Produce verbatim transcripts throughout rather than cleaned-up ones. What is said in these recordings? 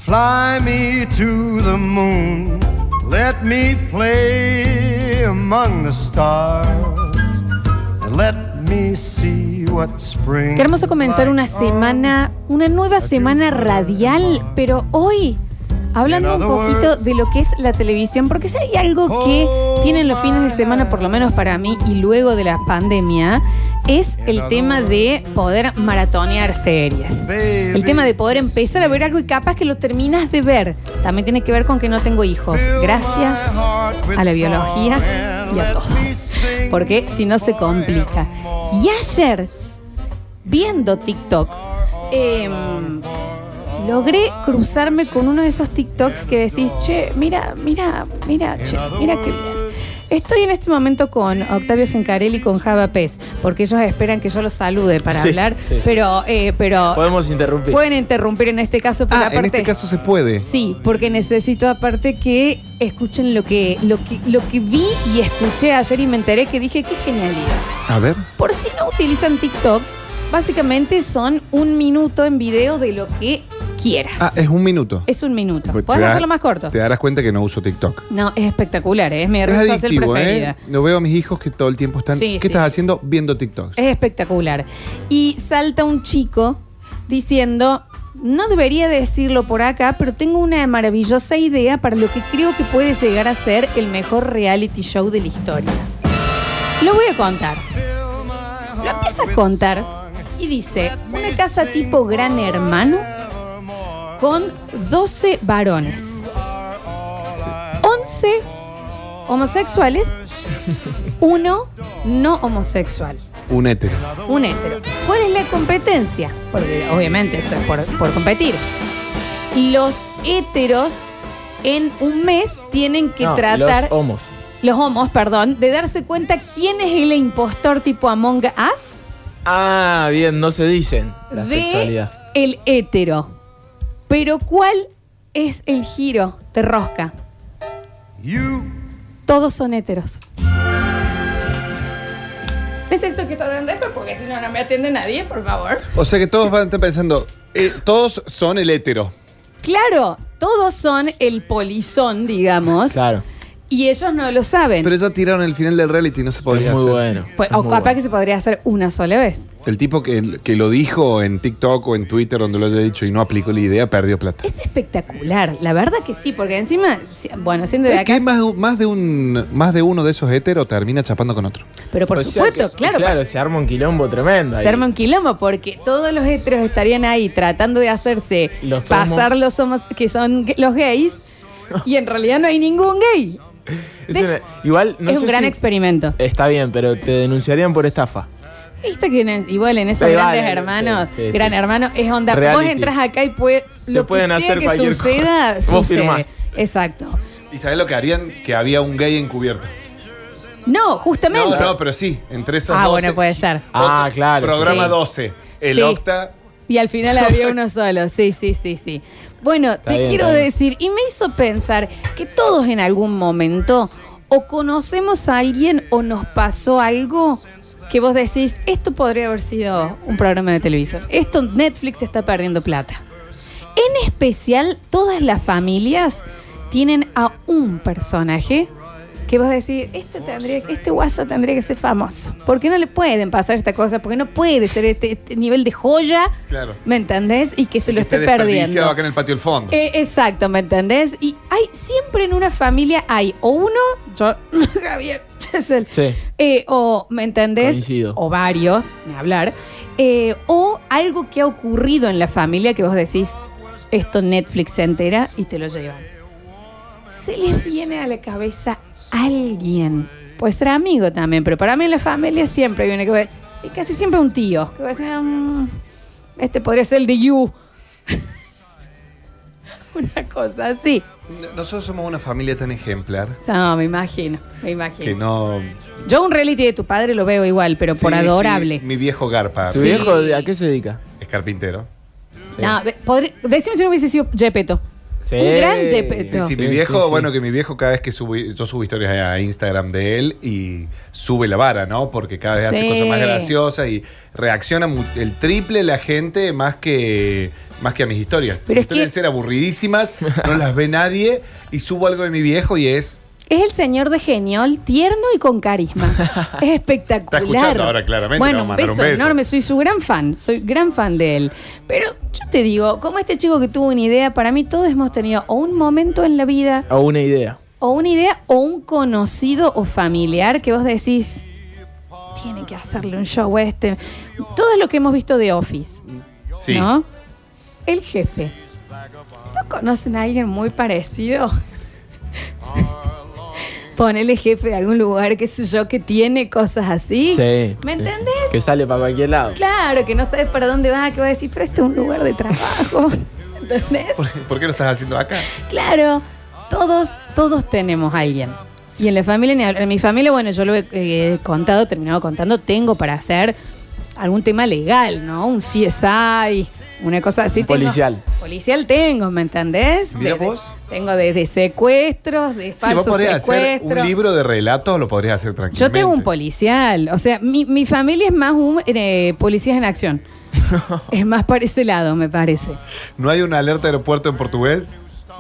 Fly me to the moon, let me play among the stars, and let me see what spring. Qué hermoso comenzar una semana, una nueva semana radial, pero hoy hablando un poquito de lo que es la televisión, porque si hay algo que tienen los fines de semana, por lo menos para mí, y luego de la pandemia, es el tema de poder maratonear series. El tema de poder empezar a ver algo y capaz que lo terminas de ver. También tiene que ver con que no tengo hijos. Gracias a la biología y a todo. Porque si no se complica. Y ayer, viendo TikTok, eh, logré cruzarme con uno de esos TikToks que decís, che, mira, mira, mira, che, mira qué bien. Estoy en este momento con Octavio Gencarelli y con Java Pez, porque ellos esperan que yo los salude para sí, hablar, sí. pero, eh, pero... Podemos interrumpir. Pueden interrumpir en este caso, porque ah, aparte... en este caso se puede. Sí, porque necesito aparte que escuchen lo que, lo que, lo que vi y escuché ayer y me enteré que dije, qué genialidad. A ver. Por si no utilizan TikToks, básicamente son un minuto en video de lo que quieras. Ah, es un minuto. Es un minuto. Pues Puedes da, hacerlo más corto. Te darás cuenta que no uso TikTok. No, es espectacular, ¿eh? es mi red social preferida. ¿eh? Lo veo a mis hijos que todo el tiempo están. Sí, ¿Qué sí, estás sí. haciendo? Viendo TikToks. Es espectacular. Y salta un chico diciendo, no debería decirlo por acá, pero tengo una maravillosa idea para lo que creo que puede llegar a ser el mejor reality show de la historia. Lo voy a contar. Lo empieza a contar y dice, una casa tipo Gran Hermano con doce varones, once homosexuales, uno no homosexual. Un hétero. Un hétero. ¿Cuál es la competencia? Porque obviamente esto es por, por competir. Los héteros en un mes tienen que no, tratar... Los homos. Los homos, perdón, de darse cuenta quién es el impostor tipo Among Us. Ah, bien, no se dicen la de sexualidad. El hétero. Pero ¿cuál es el giro de rosca? You. Todos son héteros. Necesito que te hablen después porque si no, no me atiende nadie, por favor. O sea que todos van a estar pensando, eh, todos son el hétero. Claro, todos son el polizón, digamos. Claro. Y ellos no lo saben. Pero ya tiraron el final del reality, no se podría es muy hacer. bueno. Pues, es o muy capaz bueno. que se podría hacer una sola vez. El tipo que, que lo dijo en TikTok o en Twitter, donde lo haya dicho y no aplicó la idea, perdió plata. Es espectacular, la verdad que sí, porque encima, bueno, siendo de acá... ¿Qué? Más, más, de un, más de uno de esos héteros termina chapando con otro. Pero por O sea supuesto, que, claro. Claro, se arma un quilombo tremendo ahí. Se arma un quilombo porque todos los héteros estarían ahí tratando de hacerse los pasar homos. los homos que son los gays y en realidad no hay ningún gay. Es una, igual, no es sé un gran si experimento. Está bien, pero te denunciarían por estafa. ¿Viste que en- igual en esos Sí, grandes vale, hermanos, sí, sí, gran sí. hermano, es onda, Reality. vos entras acá y puede, lo que pueden sea hacer que cualquier suceda, cosa. Vos sucede. firmás. Exacto. ¿Y sabés lo que harían? Que había un gay encubierto. No, justamente. No, no, pero sí, entre esos Ah, doce. bueno, puede ser. Ah, Otro- claro, Programa sí. doce. El Sí. octa. Y al final había uno solo, sí, sí, sí, sí. Bueno, Está te bien, quiero está bien. decir, y me hizo pensar que todos en algún momento o conocemos a alguien o nos pasó algo que vos decís, esto podría haber sido un programa de televisión. Esto Netflix está perdiendo plata. En especial, todas las familias tienen a un personaje que vos decís, este tendría, este guaso tendría que ser famoso. ¿Por qué no le pueden pasar esta cosa? Porque no puede ser este, este nivel de joya, Claro. ¿me entendés? Y que se lo Que esté esté perdiendo. desperdiciado acá en el patio del fondo. Eh, exacto, ¿me entendés? Y hay siempre en una familia hay o uno, yo, Javier, Chesel, Sí. eh, o, ¿me entendés? Coincido. O varios, ni hablar, eh, o algo que ha ocurrido en la familia que vos decís, esto Netflix se entera y te lo llevan. Se les viene a la cabeza alguien, puede ser amigo también, pero para mí en la familia siempre viene que ver, y casi siempre un tío, que va a decir, mm, este podría ser el de You. Una cosa así. Nosotros somos una familia tan ejemplar No, me imagino, me imagino. que no... Yo un reality de tu padre lo veo igual, pero por Sí, adorable. sí, mi viejo Garpa ¿Tu Sí. viejo a qué se dedica? es carpintero. Sí. No, ve- podrí- decime si no hubiese sido Gepetto. Sí. Un gran Sí, Gepetto. sí, mi Sí, viejo, sí, sí. bueno, que mi viejo cada vez que sube, yo subo historias a Instagram de él y sube la vara, ¿no? Porque cada vez Sí. hace cosas más graciosas y reacciona mu- el triple la gente más que, más que a mis historias. Pero mis es que- historias ser aburridísimas, no las ve nadie y subo algo de mi viejo y es... Es el señor de Geniol, tierno y con carisma. Es espectacular. Está escuchando ahora, claramente, Bueno, le un vamos a beso, mandar un beso. enorme. Soy su gran fan. Soy gran fan de él. Pero yo te digo, como este chico que tuvo una idea, para mí todos hemos tenido o un momento en la vida, O una idea. o una idea, o un conocido o familiar que vos decís, tiene que hacerle un show a este. Todo lo que hemos visto de Office, Sí. ¿no? El jefe. ¿No conocen a alguien muy parecido? Ponele jefe de algún lugar, qué sé yo, que tiene cosas así. Sí. ¿Me sí, entendés? sí. Que sale para cualquier lado. Claro, que no sabes para dónde vas, que vas a decir, pero esto es un lugar de trabajo. ¿Entendés? ¿Por, por qué lo estás haciendo acá? Claro, todos, todos tenemos a alguien. Y en la familia, ni hablar. En mi familia, bueno, yo lo he eh, contado, terminado contando, tengo para hacer algún tema legal, ¿no? Un C S I, una cosa así. Un tengo- policial. Policial tengo, ¿me entendés? Mira De- de- vos. Tengo desde secuestros, de Sí, vos falsos podrías hacer secuestros. un libro de relatos, lo podrías hacer tranquilamente. Yo tengo un policial. O sea, mi, mi familia es más un eh, policías en acción. Es más para ese lado, me parece. ¿No hay una alerta de aeropuerto en portugués?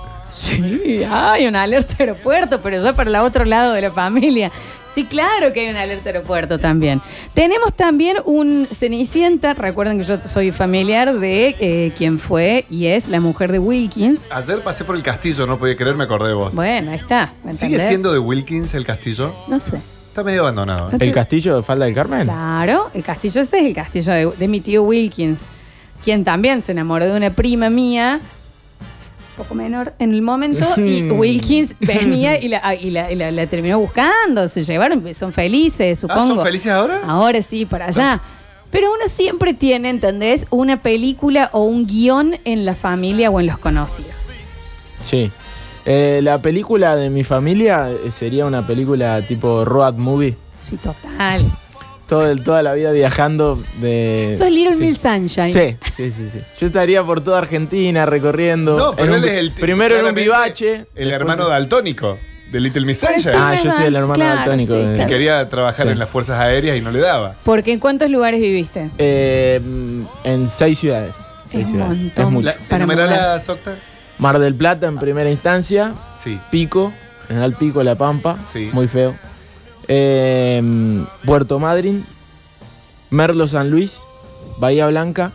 Sí, hay una alerta aeropuerto, pero ya para el otro lado de la familia. Sí, claro que hay una alerta aeropuerto también. Tenemos también un Cenicienta. Recuerden que yo soy familiar de eh, quien fue y es la mujer de Wilkins. Ayer pasé por el castillo, no podía creer, me acordé de vos. Bueno, ahí está. ¿me ¿Sigue entendés? siendo de Wilkins el castillo? No sé. Está medio abandonado. ¿eh? ¿El castillo de Falda del Carmen? Claro, el castillo ese es el castillo de, de mi tío Wilkins, quien también se enamoró de una prima mía, poco menor en el momento, y Wilkins venía y, la, y, la, y la- la terminó buscando, se llevaron, son felices, Ah, supongo. ¿son felices ahora? Ahora sí, para allá. Pero uno siempre tiene, ¿entendés? Una película o un guión en la familia o en los conocidos. Sí. Eh, la película de mi familia eh, sería una película tipo road movie. Sí, total. Todo el- toda la vida viajando de... Sos Little sí. Miss Sunshine. Sí, sí, sí, sí. Yo estaría por toda Argentina recorriendo. No, pero en él un- es el... primero en un claramente vivache. El después- hermano daltónico de Little Miss Pues Sunshine. sí, Ah, yo soy el hermano claro, daltónico sí, de- Que claro. quería trabajar Sí. en las fuerzas aéreas y no le daba. Porque ¿en cuántos lugares viviste? Eh, en seis ciudades. Seis Es un ciudades. montón. Es mucho. La, Para ¿enumerá mudarse. la Socta? Mar del Plata en primera instancia. Sí. Pico, General Pico, La Pampa. Sí. Muy feo. Eh, Puerto Madryn. Merlo San Luis. Bahía Blanca.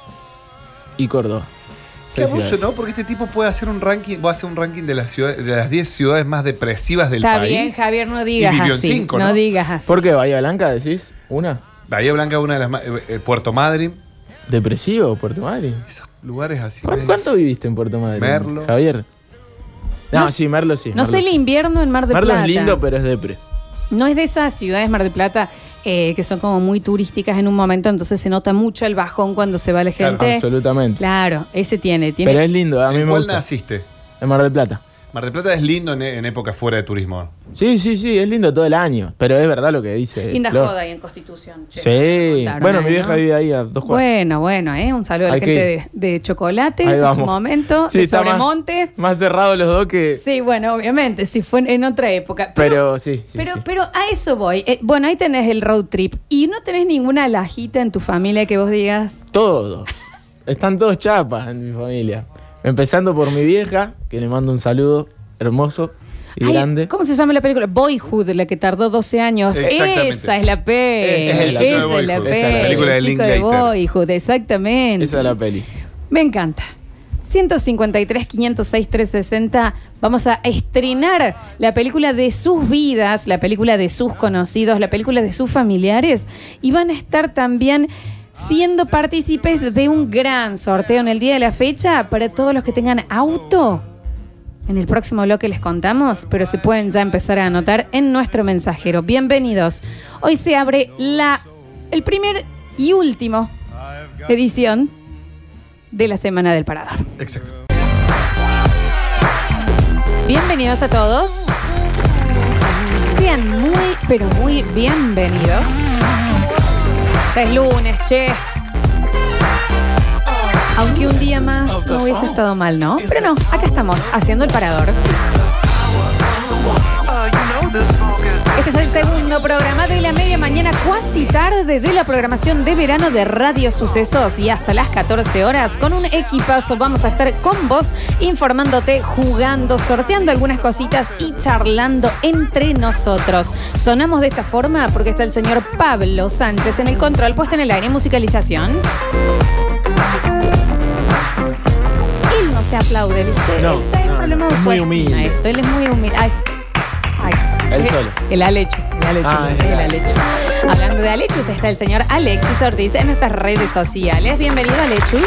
Y Córdoba. Qué Seis abuso, ciudades. ¿no? Porque este tipo puede hacer un ranking, va a hacer un ranking de las ciudades, de las diez ciudades más depresivas del Está país. bien, Javier, no digas vivió en así. cinco, no ¿no? digas así. ¿Por qué Bahía Blanca decís? ¿Una? Bahía Blanca es una de las más. eh, eh, Puerto Madryn. ¿Depresivo Puerto Madryn? Esos lugares así. ¿Cuánto, medio- cuánto viviste en Puerto Madryn? Merlo. Javier. No, No sí, Merlo sí. No Merlo sé el sí. invierno en Mar del Merlo Plata. es lindo, pero es depre. No es de esas ciudades Mar del Plata eh, que son como muy turísticas en un momento, entonces se nota mucho el bajón cuando se va la Claro, gente. Absolutamente. Claro, ese tiene. tiene Pero es lindo, a mí ¿En me cuál gusta. naciste? En Mar del Plata. Mar del Plata es lindo en, en época fuera de turismo. Sí, sí, sí, es lindo todo el año. Pero es verdad lo que dice. Linda Flor. joda ahí en Constitución. che. Sí. Contaron Bueno, ahí, mi vieja ¿no? vive ahí a dos cuadras. Bueno, bueno, ¿eh? Un saludo a la Hay que gente de, de Chocolate Ahí en vamos. su momento, Sí, de está más- Sobremonte. Más cerrados los dos que. Sí, bueno, obviamente, si fue en, en otra época. Pero, Pero sí, sí. pero, sí. pero a eso voy. Eh, bueno, ahí tenés el road trip. ¿Y no tenés ninguna lajita en tu familia que vos digas? Todo. Están todos chapas en mi familia. Empezando por mi vieja, que le mando un saludo hermoso y Ay, grande. ¿cómo se llama la película? Boyhood, la que tardó doce años. Exactamente. Esa es la P. Esa es el chico de Esa es la Boyhood. P. Esa es la película de el chico de Linklater. Boyhood, exactamente. Esa es la peli. Me encanta. ciento cincuenta y tres, quinientos seis, trescientos sesenta. Vamos a estrenar la película de sus vidas, la película de sus conocidos, la película de sus familiares. Y van a estar también siendo partícipes de un gran sorteo en el día de la fecha para todos los que tengan auto. En el próximo bloque les contamos, pero se pueden ya empezar a anotar en nuestro mensajero. Bienvenidos. Hoy se abre la, el primer y último edición de la Semana del Parador. Exacto. Bienvenidos a todos. Sean muy, pero muy bienvenidos. Ya es lunes, che. Aunque un día más no hubiese estado mal, ¿no? Pero no, acá estamos, haciendo el parador. Este es el segundo programa de la media mañana, cuasi tarde, de la programación de verano de Radio Sucesos. Y hasta las catorce horas, con un equipazo, vamos a estar con vos, informándote, jugando, sorteando algunas cositas y charlando entre nosotros. Sonamos de esta forma porque está el señor Pablo Sánchez en el control, puesto en el aire, musicalización. Él no se aplaude, ¿viste? No, Él está en no, problema de es muy autoestima, humilde. esto. Él es muy humilde. Ay, ay. Él solo. El Alechu, el Alechu, Ah, el el Alechu. Hablando de Alechus, está el señor Alexis Ortiz en nuestras redes sociales. Bienvenido, Alechus.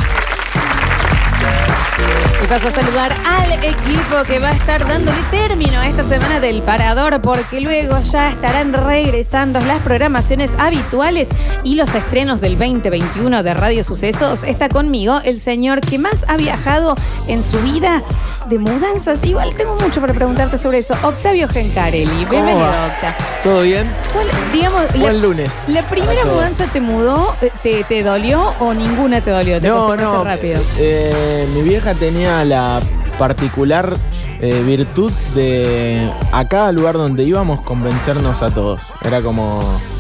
Y paso a saludar al equipo que va a estar dándole término a esta semana del Parador, porque luego ya estarán regresando las programaciones habituales y los estrenos del veinte veintiuno de Radio Sucesos. Está conmigo el señor que más ha viajado en su vida de mudanzas. Igual tengo mucho para preguntarte sobre eso. Octavio Gencarelli. Bienvenido, Octa. ¿Todo bien? ¿Cuál, digamos, Buen la, lunes. ¿La primera Todo. mudanza te mudó, te, te dolió o ninguna te dolió? ¿Te No, acostumbraste no. rápido? Eh, mi vieja tenía la particular eh, virtud de a cada lugar donde íbamos convencernos a todos. Era como...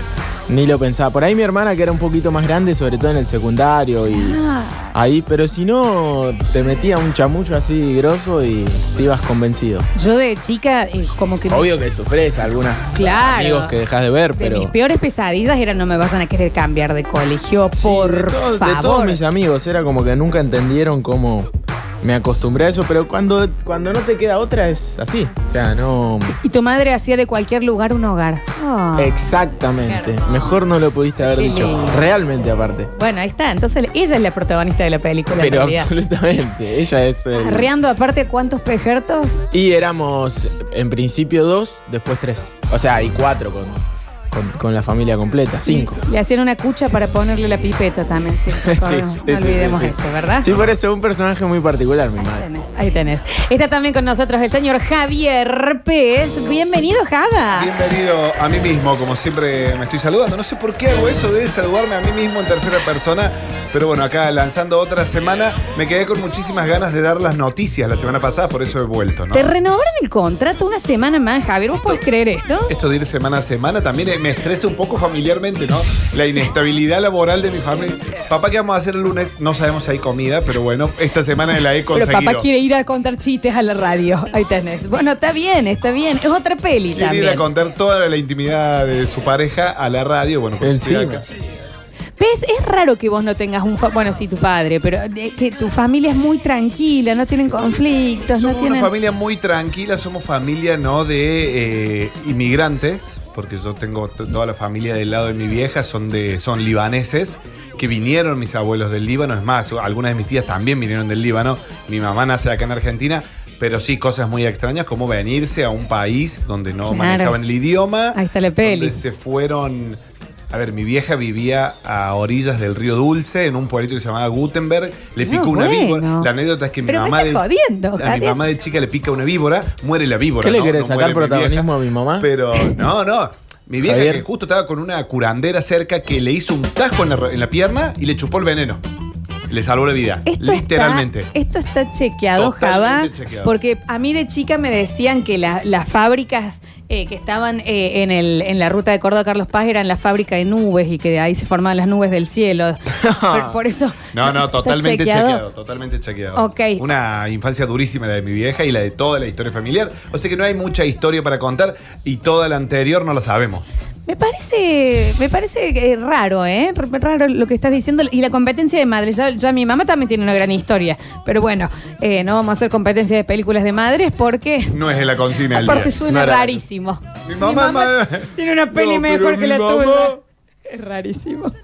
Ni lo pensaba. Por ahí mi hermana, que era un poquito más grande, sobre todo en el secundario y Ah, ahí, pero si no, te metía un chamullo así grosso y te ibas convencido. yo de chica, eh, como que... Obvio que sufres algunas Claro. amigos que dejas de ver, De pero... mis peores pesadillas era no me vas a querer cambiar de colegio, Sí, por de, todo- de favor. todos mis amigos, era como que nunca entendieron cómo me acostumbré a eso, pero cuando, cuando no te queda otra es así. O sea, no... Y tu madre hacía de cualquier lugar un hogar. Ah. Exactamente. Claro. Mejor no lo pudiste haber Qué dicho. lindo. Realmente aparte. Bueno, ahí está. Entonces ella es la protagonista de la película. en Pero realidad. absolutamente. Ella es... el- Arreando aparte cuántos pejertos. Y éramos en principio dos, después tres. O sea, y cuatro con, con, con la familia completa. Cinco. Le hacían una cucha para ponerle la pipeta también. Sí, Sí, no, sí, no sí, olvidemos sí, sí. eso, ¿verdad? Sí, por eso, un personaje muy particular, mi Ahí madre. tenés, ahí tenés. Está también con nosotros el señor Javier Pez. Bienvenido, Java. Bienvenido a mí mismo, como siempre me estoy saludando. No sé por qué hago eso de saludarme a mí mismo en tercera persona, pero bueno, acá lanzando otra semana, me quedé con muchísimas ganas de dar las noticias la semana pasada, por eso he vuelto, ¿no? Te renovaron el contrato una semana más, Javier. ¿Vos podés creer esto? Esto de ir semana a semana también me estresa un poco familiarmente, ¿no? La inestabilidad laboral de mi familia. Papá, ¿qué vamos a hacer el lunes? No sabemos si hay comida, pero bueno, esta semana la he Pero conseguido. papá quiere ir a contar chistes a la radio. Ahí tenés. Bueno, está bien, está bien. Es otra peli Quiere ir también. a contar toda la intimidad de su pareja a la radio. Bueno, pues estoy Encima. acá. ¿Ves? Es raro que vos no tengas un... fa- Bueno, sí, tu padre, pero de- que tu familia es muy tranquila, no tienen conflictos, no Somos tienen... una familia muy tranquila, somos familia no de eh, inmigrantes, porque yo tengo t- toda la familia del lado de mi vieja, son de son libaneses, que vinieron mis abuelos del Líbano, es más, algunas de mis tías también vinieron del Líbano, mi mamá nace acá en Argentina, pero sí cosas muy extrañas como venirse a un país donde no Claro. manejaban el idioma, Ahí está la peli. donde se fueron... A ver, mi vieja vivía a orillas del río Dulce, en un pueblito que se llamaba Gutenberg. Le No, picó una bueno. víbora. La anécdota es que mi Pero me mamá de, estás jodiendo, a mi Javier. mamá de chica le pica una víbora, muere la víbora. ¿Qué le ¿no? querés No sacar muere mi protagonismo vieja. a mi mamá? Pero no, no. Mi vieja Javier. que justo estaba con una curandera cerca que le hizo un tajo en la, en la pierna y le chupó el veneno. Le salvó la vida. Esto literalmente. Está, esto está chequeado, Totalmente Java, chequeado. porque a mí de chica me decían que la- las fábricas eh, que estaban eh, en, el, en la ruta de Córdoba Carlos Paz eran la fábrica de nubes y que de ahí se formaban las nubes del cielo. por, por eso... No, no, ¿está totalmente chequeado? totalmente chequeado. Ok. Una infancia durísima la de mi vieja y la de toda la historia familiar. O sea que no hay mucha historia para contar y toda la anterior no la sabemos. Me parece, me parece eh, raro, ¿eh? R- Raro lo que estás diciendo. Y la competencia de madres. Ya, ya mi mamá también tiene una gran historia. Pero bueno, eh, no vamos a hacer competencia de películas de madres porque... No es la consigna del Aparte día. suena No era- rarísimo. Mi mamá, ma- tiene una peli No, pero mejor que mi la mamá- tuya. Es rarísimo.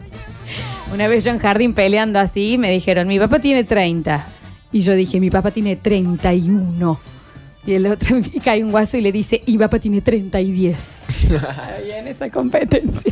Una vez yo en jardín peleando así, me dijeron, mi papá tiene treinta. Y yo dije, mi papá tiene treinta y uno. Y el otro me cae un guaso y le dice, y mi papá tiene treinta y diez. Ahí en esa competencia.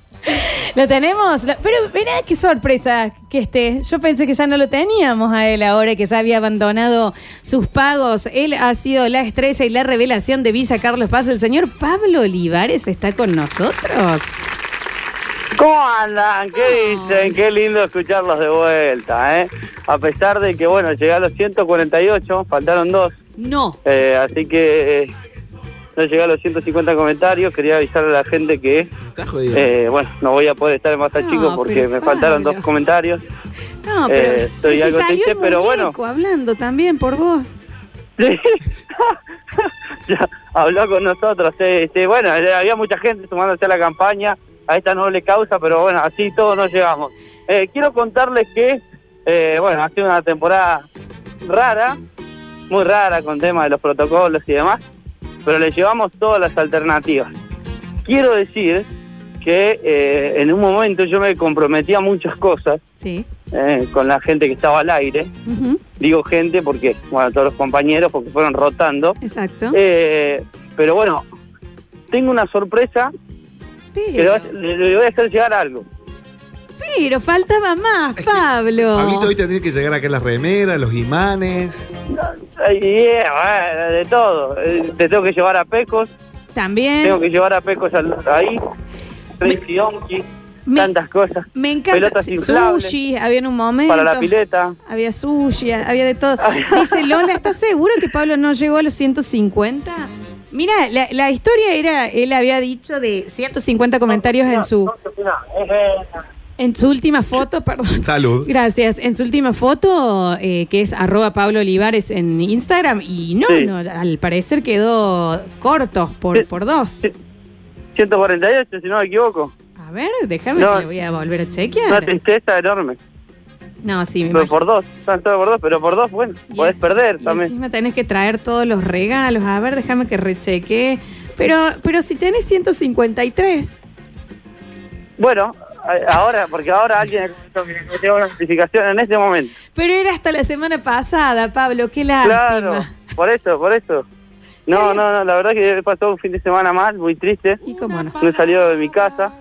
¿Lo tenemos? Lo- Pero mirá qué sorpresa que esté. Yo pensé que ya no lo teníamos a él ahora, que ya había abandonado sus pagos. Él ha sido la estrella y la revelación de Villa Carlos Paz. El señor Pablo Olivares está con nosotros. ¿Cómo andan? ¿Qué dicen? Qué lindo escucharlos de vuelta, ¿eh? A pesar de que, bueno, llegué a los ciento cuarenta y ocho, faltaron dos. No. Eh, así que eh, no llegué a los ciento cincuenta comentarios. Quería avisarle a la gente que, Está jodido. eh, bueno, no voy a poder estar en Masa No, Chico porque pero me faltaron Pablo. dos comentarios. No, pero, Eh, estoy pero si algo salió triste, el pero bueno. muñeco hablando también por vos. Sí. Ya habló con nosotros. eh, este, bueno, había mucha gente sumándose a la campaña, a esta noble causa, pero bueno, así todos no llegamos. Eh, quiero contarles que, eh, bueno, ha sido una temporada rara, muy rara con tema de los protocolos y demás, pero le llevamos todas las alternativas. Quiero decir que eh, en un momento yo me comprometí a muchas cosas Sí. eh, con la gente que estaba al aire. Ujú. Digo gente porque, bueno, todos los compañeros, porque fueron rotando. Exacto. Eh, pero bueno, tengo una sorpresa que le, Pero, voy a- le- le voy a hacer llegar algo. pero faltaba más, Pablo. Pablito, hoy tendría que llegar acá las remeras, los imanes. Ay, yeah, bueno, de todo. Eh, te tengo que llevar a Pecos, También. tengo que llevar a Pecos al- ahí, Tracy Donkey, me- tantas cosas. Me encanta. pelotas Sí, inflables. sushi, había en un momento. Para la pileta. Había sushi, había de todo. Dice Lola, ¿estás seguro que Pablo no llegó a los ciento cincuenta? Mira, la, la historia era, él había dicho de ciento cincuenta comentarios en su, en su última foto, perdón. Salud. Gracias. En su última foto, eh, que es arroba Pablo Olivares en Instagram, y no, Sí. no, al parecer quedó corto por, Sí. por dos. ciento cuarenta y ocho, si no me equivoco. A ver, déjame No. que lo voy a volver a Una chequear. tristeza enorme. No, sí, me Pero imagino. por dos, están todos por dos, pero por dos, bueno, Y podés es- perder y también. encima tenés que traer todos los regalos. A ver, déjame que recheque. Pero, pero si tenés ciento cincuenta y tres. Bueno, a- ahora, porque ahora alguien me dio una notificación en este momento. Pero era hasta la semana pasada, Pablo. Qué lástima. Claro, por eso, por eso. No, no, no, la verdad que pasó un fin de semana mal, muy triste. ¿Y cómo no? No he salido de mi casa.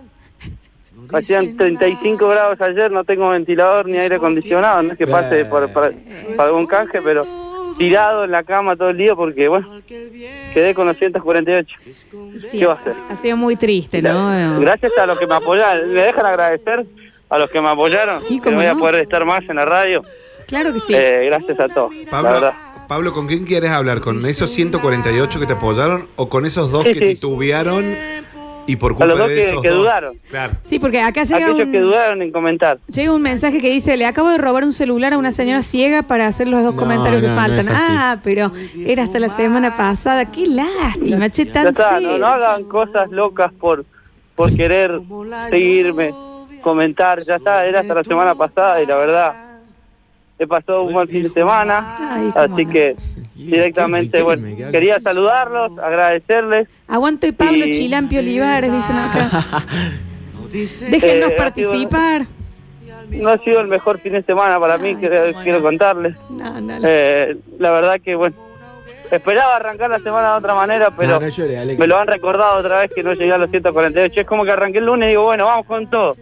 Hacían treinta y cinco grados ayer, no tengo ventilador ni aire acondicionado, no es que pase por, para, para algún canje, pero tirado en la cama todo el día porque, bueno, quedé con los ciento cuarenta y ocho. Y sí, ¿Qué va a ha, hacer? ha sido muy triste, ¿no? Gracias a los que me apoyaron, ¿me dejan agradecer a los que me apoyaron? Sí, que cómo no voy a no. poder estar más en la radio. Claro que sí. Eh, gracias a todos, la Pablo, verdad. Pablo, ¿con quién quieres hablar? ¿Con esos ciento cuarenta y ocho que te apoyaron o con esos dos Sí, que sí. titubearon y por A culpa los dos de que- esos que dos? dudaron. Claro. Sí, porque acá llega Aquellos un, que dudaron en comentar. llega un mensaje que dice, le acabo de robar un celular a una señora ciega para hacer los dos No, comentarios que no, no faltan. es así. Ah, pero era hasta la semana pasada. Qué lástima, che, Ya tan está, no, serio. no hagan cosas locas por, por querer seguirme, comentar. Ya está, era hasta la semana pasada y la verdad, he pasado un buen fin de semana. Ay, cómo Así no. que directamente, Qué bueno, riquísimo, quería saludarlos, agradecerles. Aguanto y Pablo Y- Chilampi Olivares, dicen acá. Déjennos Eh, ha sido- participar. No ha sido el mejor fin de semana para mí, Ay, quiero, cómo quiero no. contarles. No, no, no. Eh, la verdad que, bueno, esperaba arrancar la semana de otra manera, pero No, no llores, Alex. me lo han recordado otra vez que no llegué a los ciento cuarenta y ocho. Es como que arranqué el lunes y digo, bueno, vamos con todo.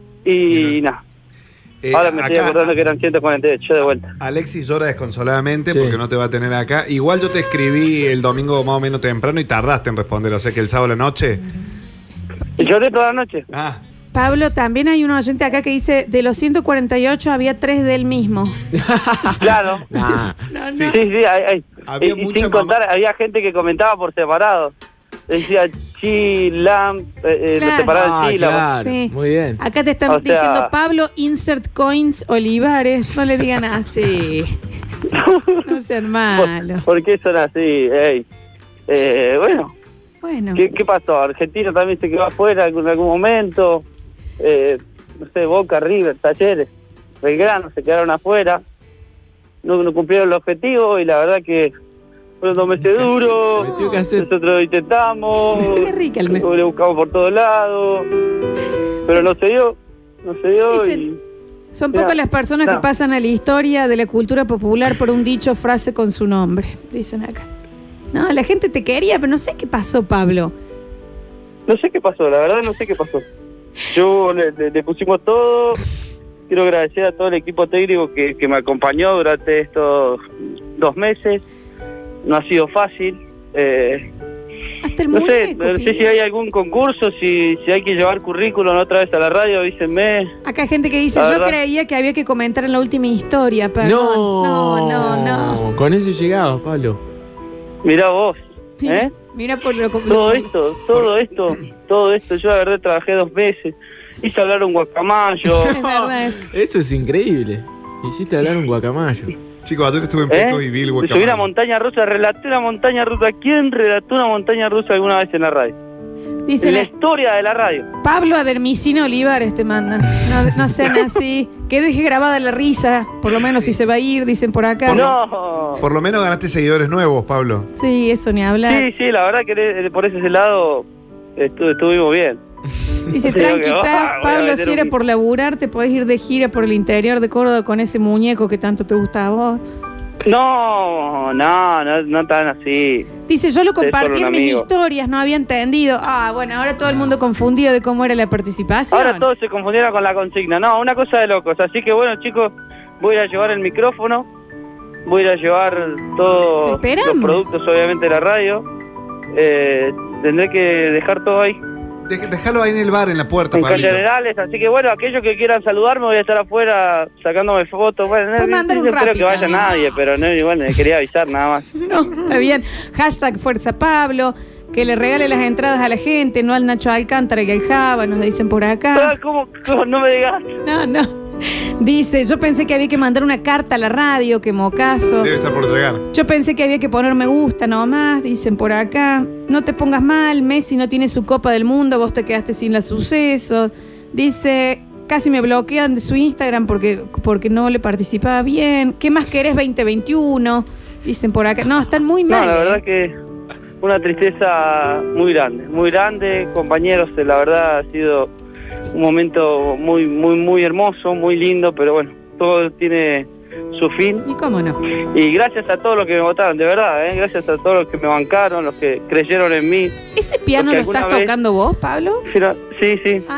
Y nada, Eh, ahora me estoy acá, acordando que eran ciento cuarenta y ocho de vuelta. Alexis llora desconsoladamente Sí. porque no te va a tener acá. Igual yo te escribí el domingo más o menos temprano y tardaste en responder. O sea que el sábado a la noche. Y lloré toda la noche. Ah, Pablo, también hay un oyente acá que dice, de los ciento cuarenta y ocho había tres del mismo. Claro. Nah. No, no. Sí. Sí, sí, hay, hay. Había Y- y mucha sin mamá- contar, había gente que comentaba por separado. Decía chi, lam, eh, eh, Claro. lo separaban Ah, sílabas. claro. Sí. Muy bien. Acá te están O sea- diciendo, Pablo, insert coins Olivares. No le digan así. No sean malos. ¿Por, por qué son así? Ey. Eh, bueno, Bueno, ¿qué, ¿qué pasó? Argentina también se quedó afuera en algún momento. Eh, no sé, Boca, River, Talleres, Belgrano se quedaron afuera. No, no cumplieron el objetivo y la verdad que fueron dos meses duros. Metió cassette. Nosotros intentamos. qué rica el mes. Le buscamos por todos lados. Pero no se dio. No se dio Dicen- y. Son Mira, pocas las personas que no. pasan a la historia de la cultura popular por un dicho o frase con su nombre, dicen acá. No, la gente te quería, pero no sé qué pasó, Pablo. No sé qué pasó, la verdad no sé qué pasó. Yo le, le- le pusimos todo. Quiero agradecer a todo el equipo técnico que, que me acompañó durante estos dos meses. No ha sido fácil. Eh, Hasta el No sé, muñeco. no sé pibe. si hay algún concurso, si, si hay que llevar currículum otra vez a la radio, avísenme. Acá hay gente que dice, La yo verdad. creía que había que comentar en la última historia, perdón. No, No, no, no. Con eso llegado, Pablo. Mirá vos, Mira, ¿eh? mira por lo, Todo lo- esto, todo esto, todo esto. Yo la verdad trabajé dos meses. Hice hablar un guacamayo. Es verdad eso. Eso es increíble. Hiciste hablar un guacamayo. Chicos, ayer estuve en ¿Eh? Pecos y vi el Subí una guacamayo. montaña rusa, relaté una montaña rusa. ¿Quién relató una montaña rusa alguna vez en la radio? Dice, En la historia de la radio. Pablo Adermicino Olivares te manda. No, no sean así. Que deje grabada la risa. Por lo menos si se va a ir, dicen por acá. No. Por lo menos ganaste seguidores nuevos, Pablo. Sí, eso ni hablar. Sí, sí, la verdad que de- por ese lado estu- estuvimos bien. Dice, Te digo tranqui, que, Pa- ah, voy a Pablo, meter si era un- por laburar, te podés ir de gira por el interior de Córdoba con ese muñeco que tanto te gusta a vos. No, no, no, no tan así. Dice, yo lo Sí, solo compartí un en mis amigo. historias, no había entendido. Ah, bueno, ahora todo el mundo confundido de cómo era la participación. Ahora todos se confundieron con la consigna. No, una cosa de locos. Así que bueno, chicos, voy a llevar el micrófono, voy a llevar todos los Te esperamos. productos, obviamente, de la radio. Eh, tendré que dejar todo ahí Dej- Déjalo ahí en el bar, en la puerta, en Pablo. generales. Así que bueno, aquellos que quieran saludarme, voy a estar afuera sacándome fotos. Bueno, no, Puedes mandar no un creo que rápido. vaya nadie, pero no, bueno, quería avisar nada más. No, está bien. Hashtag Fuerza Pablo, que le regale las entradas a la gente, no al Nacho Alcántara y al Java, nos dicen por Ah, acá. ¿Cómo, cómo? No me digas. No, no. Dice, yo pensé que había que mandar una carta a la radio, que mocaso. Debe estar por llegar. Yo pensé que había que poner me gusta nomás, dicen por acá. No te pongas mal, Messi no tiene su Copa del Mundo, vos te quedaste sin la suceso. Dice, casi me bloquean de su Instagram porque, porque no le participaba bien. ¿Qué más querés veinte veintiuno? Dicen por acá. No, están muy No, mal. la ¿eh? verdad que una tristeza muy grande, muy grande, compañeros, eh, la verdad ha sido un momento muy, muy, muy hermoso, muy lindo, pero bueno, todo tiene su fin. ¿Y cómo no? Y gracias a todos los que me votaron, de verdad, ¿eh? Gracias a todos los que me bancaron, los que creyeron en mí. ¿Ese piano Porque lo estás alguna vez- tocando vos, Pablo? Sí, no- Sí, sí. Ah,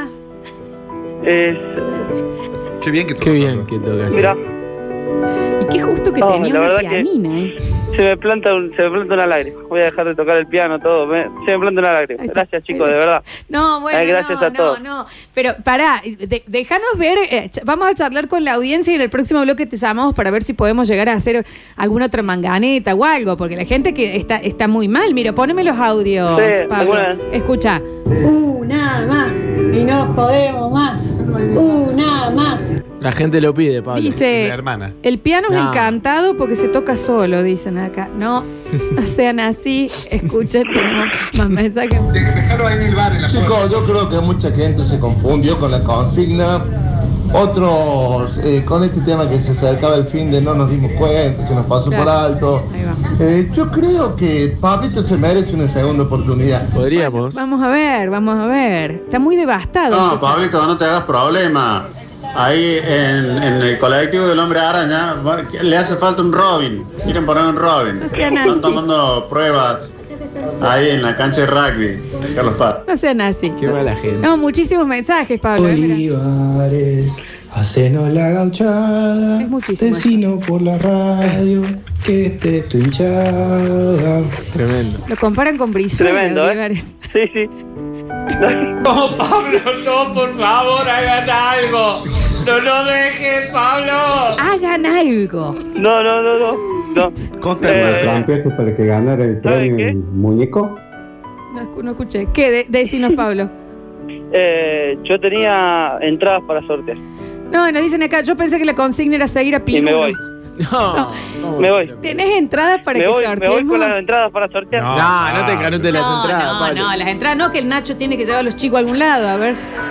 Es, Qué bien que Qué bien que tocas. mira, y qué justo que No, tenía la una verdad que- pianina, ¿eh? se me planta un, se me planta una lágrima. Voy a dejar de tocar el piano, todo. me- se me planta una lágrima. Ahí está. Gracias, chicos, de verdad. No, bueno, Ay, gracias no, a no, todos. no. Pero pará, de- déjanos ver, eh, ch- vamos a charlar con la audiencia y en el próximo bloque te llamamos para ver si podemos llegar a hacer alguna otra manganeta o algo, porque la gente que está, está muy mal. Mira, poneme los audios, Sí, Pablo. bueno. Escucha. Una más y no jodemos más. Una más. La gente lo pide, Pablo. Dice, La hermana. el piano es No. encantado porque se toca solo, dicen acá. No, no sean así. Escuchen, tenemos más mensajes. Chicos, yo creo que mucha gente se confundió con la consigna. Otros, eh, con este tema que se acercaba el fin de no nos dimos cuenta, se nos pasó Claro. por alto. Ahí va. Eh, yo creo que Pablito se merece una segunda oportunidad. Podríamos. Vamos a ver, vamos a ver. Está muy devastado. No, Escucha. Pablito, no te hagas problema. Ahí en, en el colectivo del Hombre Araña le hace falta un Robin. Quieren poner un Robin. No sean Están así. tomando pruebas ahí en la cancha de rugby, en Carlos Paz. No sean así. Qué mala gente. No, muchísimos mensajes, Pablo. ¿eh? Mira. Olivares, hacenos la gauchada, Es muchísimo. decino por la radio que este es tu hinchada. Tremendo. Lo comparan con Brizuela, Tremendo, ¿eh? Olivares. Sí, sí. No, Pablo, no, por favor, hagan algo. No lo dejes, Pablo. Hagan algo. No, no, no, no. no. Conta Eh, hermana. para que ganara el ¿Sabe premio qué? el muñeco. No, escu- no escuché. ¿Qué? De, decinos, Pablo. Eh, yo tenía entradas para sortear. No, nos dicen acá, yo pensé que la consigna era seguir a Y Pirulo. me voy. No, Me voy. ¿Tenés entradas para Me que voy, me sorteemos? voy con las entradas para sortear. No. No, no te canotes las no, entradas, no, Pablo. no, las entradas no, que el Nacho tiene que llevar a los chicos a algún lado, a ver.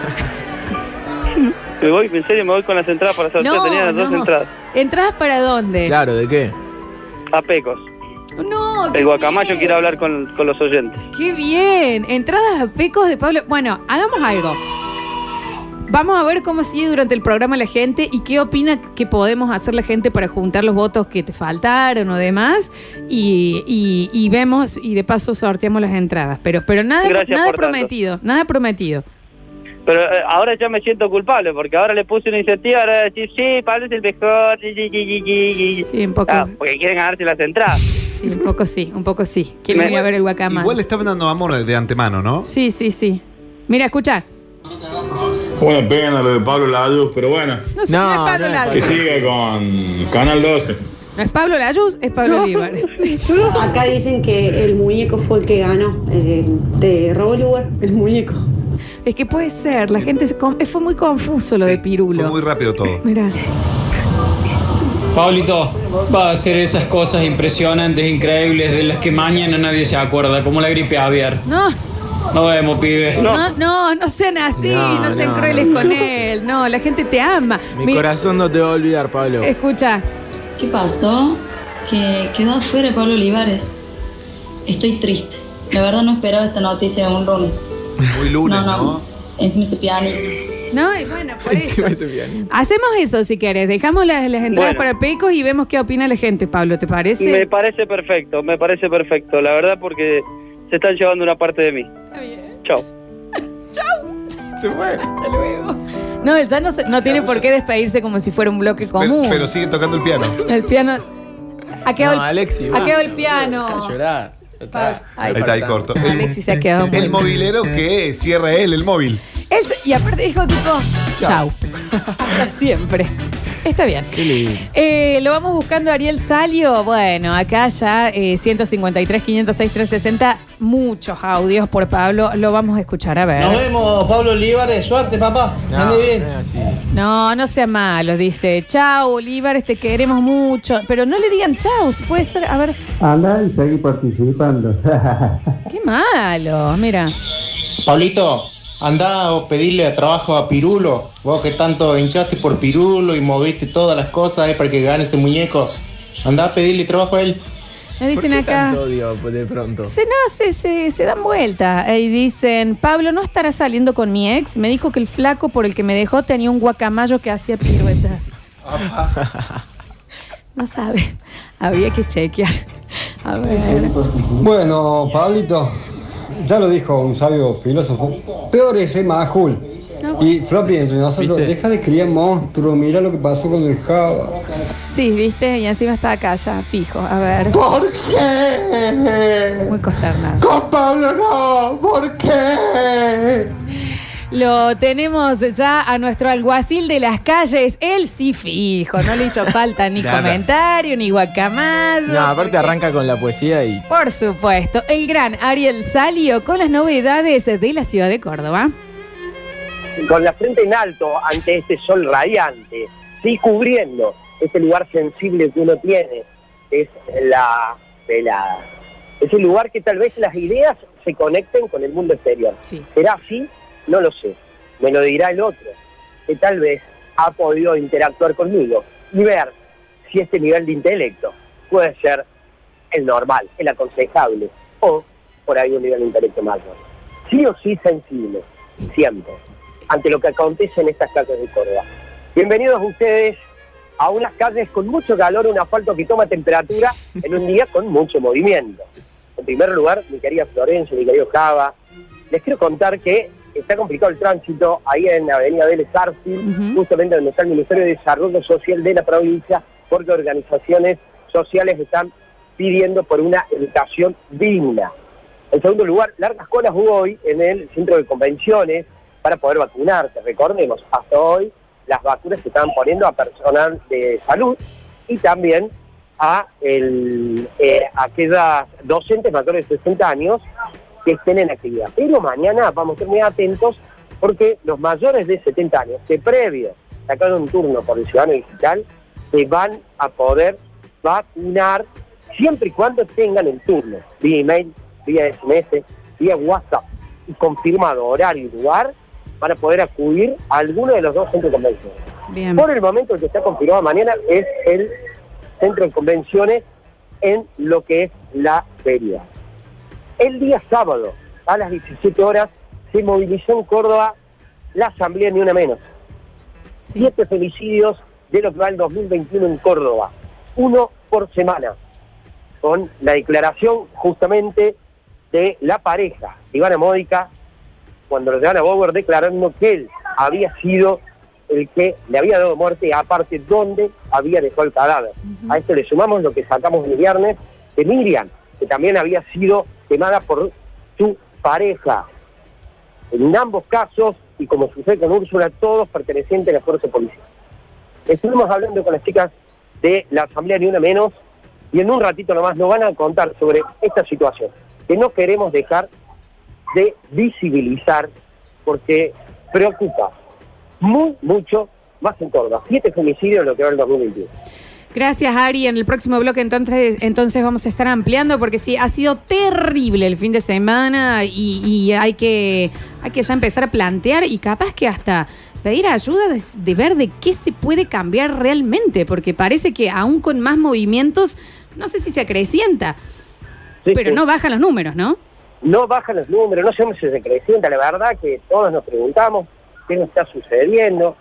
Me voy, en serio, me voy con las entradas para sortear. No, tenía las dos no. entradas. ¿Entradas para dónde? Claro, ¿de qué? A Pecos. No, qué El guacamayo bien. quiere hablar con, con los oyentes. Qué bien. Entradas a Pecos de Pablo. Bueno, hagamos algo. Vamos a ver cómo sigue durante el programa la gente y qué opina que podemos hacer la gente para juntar los votos que te faltaron o demás. Y, y- y vemos y de paso sorteamos las entradas. Pero, pero nada, Gracias nada por tanto. prometido, nada prometido. Pero eh, ahora ya me siento culpable, porque ahora le puse una iniciativa, ahora decir, sí, Pablo es el mejor, sí, sí, sí, sí, sí, sí. Sí, un poco. Ah, porque quieren ganarse las entradas. Sí, un poco sí, un poco sí. Quieren ir a ver el guacamayo. Igual le estaban dando amor de antemano, ¿no? Sí, sí, sí. Mira, escucha. Bueno, pegan a lo de Pablo Layuz, pero bueno. No, no, no es Pablo no Layuz. Que siga con Canal doce. No es Pablo Layuz, es Pablo Olivares. Acá dicen que el muñeco fue el que ganó. El de robó el lugar, el muñeco. Es que puede ser, la gente se fue muy confuso lo sí, de Pirulo. Fue muy rápido todo. Mirá. Pablito, va a hacer esas cosas impresionantes, increíbles, de las que mañana nadie se acuerda, como la gripe aviar. No. Nos vemos, pibe. No, no, no sean así, no, no sean no, crueles con él. No, la gente te ama. Mi Mira, corazón no te va a olvidar, Pablo. Escucha. ¿Qué pasó? Que quedó afuera Pablo Olivares. Estoy triste. La verdad no esperaba esta noticia en un lunes. Muy lunes, ¿no? ¿no? no. Encima ese pianito. No, y bueno, por eso. Hacemos eso si querés. Dejamos las, las entradas bueno. para Pecos y vemos qué opina la gente, Pablo, ¿te parece? Me parece perfecto, me parece perfecto. La verdad, porque se están llevando una parte de mí. Está bien. Chao. Chao. Se fue. Hasta luego. No, ya no, no tiene por qué despedirse como si fuera un bloque común. Pero, pero sigue tocando el piano. El piano. Ha quedado, no, el, Alexi, ha quedado el piano. A llorar. Está. Ahí, ahí está, ahí corto. El, Alexi se ha quedado El movilero que cierra él, el móvil. Él, y aparte dijo tipo, chau. Hasta siempre. Está bien. Qué lindo. Eh, lo vamos buscando a Ariel Salio. Bueno, acá ya eh, ciento cincuenta y tres, quinientos seis, trescientos sesenta. Muchos audios por Pablo. Lo vamos a escuchar, a ver. Nos vemos, Pablo Olivares. Suerte, papá. No, ande bien. No, no sea malo. Dice, chau, Olivares, te queremos mucho. Pero no le digan chau, si puede ser. A ver. Anda y seguí participando. Qué malo, mira. Pablito. Andá a pedirle a trabajo a Pirulo. Vos que tanto hinchaste por Pirulo y moviste todas las cosas eh, para que gane ese muñeco. Andá a pedirle trabajo a él. Nos dicen ¿Por qué acá. Tanto odio de pronto? Se, no, se, se, se dan vuelta. Y dicen, Pablo, ¿no estará saliendo con mi ex? Me dijo que el flaco por el que me dejó tenía un guacamayo que hacía piruetas. No sabe. Había que chequear. A ver. Bueno, Pablito. Ya lo dijo un sabio filósofo, peor es el majul. No. Y Floppy, entre nosotros, ¿viste? Deja de criar monstruos, mira lo que pasó con el Java. Sí, viste, y encima está acá ya, fijo, a ver. ¿Por qué? Muy consternado. Con Pablo no, ¿por qué? Lo tenemos ya a nuestro alguacil de las calles. Él sí fijo, no le hizo falta ni comentario, ni guacamayo. No, aparte arranca con la poesía y... Por supuesto, el gran Ariel Salio con las novedades de la ciudad de Córdoba. Con la frente en alto ante este sol radiante, sí, cubriendo ese lugar sensible que uno tiene, es la velada. Es el lugar que tal vez las ideas se conecten con el mundo exterior. Sí. ¿Será así? No lo sé, me lo dirá el otro, que tal vez ha podido interactuar conmigo y ver si este nivel de intelecto puede ser el normal, el aconsejable, o por ahí un nivel de intelecto mayor. Sí o sí sensible, siempre, ante lo que acontece en estas calles de Córdoba. Bienvenidos ustedes a unas calles con mucho calor, un asfalto que toma temperatura en un día con mucho movimiento. En primer lugar, mi querida Florencia, mi querido Java, les quiero contar que está complicado el tránsito ahí en Avenida Vélez Sarsfield, uh-huh. justamente donde está el Ministerio de Desarrollo Social de la provincia, porque organizaciones sociales están pidiendo por una educación digna. En segundo lugar, largas colas hubo hoy en el centro de convenciones para poder vacunarse. Recordemos, hasta hoy las vacunas se estaban poniendo a personal de salud y también a el, eh, aquellas docentes mayores de sesenta años que estén en actividad. Pero mañana vamos a estar muy atentos porque los mayores de setenta años, que previo sacar un turno por el Ciudadano Digital, se van a poder vacunar siempre y cuando tengan el turno, vía email, vía S M S, vía WhatsApp, y confirmado horario y lugar, van a poder acudir a alguno de los dos centros de convenciones. Bien. Por el momento el que está confirmado mañana es el centro de convenciones en lo que es la feria. El día sábado, a las diecisiete horas, se movilizó en Córdoba la asamblea Ni Una Menos. Sí. Siete femicidios de lo que va el dos mil veintiuno en Córdoba, uno por semana, con la declaración justamente de la pareja, Ivana Módica, cuando lo llevan a Bauer declarando que él había sido el que le había dado muerte, aparte dónde había dejado el cadáver. Uh-huh. A esto le sumamos lo que sacamos el viernes de Miriam, que también había sido quemada por su pareja. En ambos casos, y como sucede con Úrsula, todos pertenecientes a la fuerza policial. Estuvimos hablando con las chicas de la Asamblea Ni Una Menos, y en un ratito nomás nos van a contar sobre esta situación, que no queremos dejar de visibilizar, porque preocupa muy, mucho más en Córdoba. Siete femicidios en lo que va el dos mil veintiuno. Gracias, Ari. En el próximo bloque entonces, entonces vamos a estar ampliando, porque sí, ha sido terrible el fin de semana y, y hay que hay que ya empezar a plantear y capaz que hasta pedir ayuda de, de ver de qué se puede cambiar realmente, porque parece que aún con más movimientos, no sé si se acrecienta, sí, pero sí. No bajan los números, ¿no? No bajan los números, no sabemos si se acrecienta, la verdad que todos nos preguntamos qué nos está sucediendo.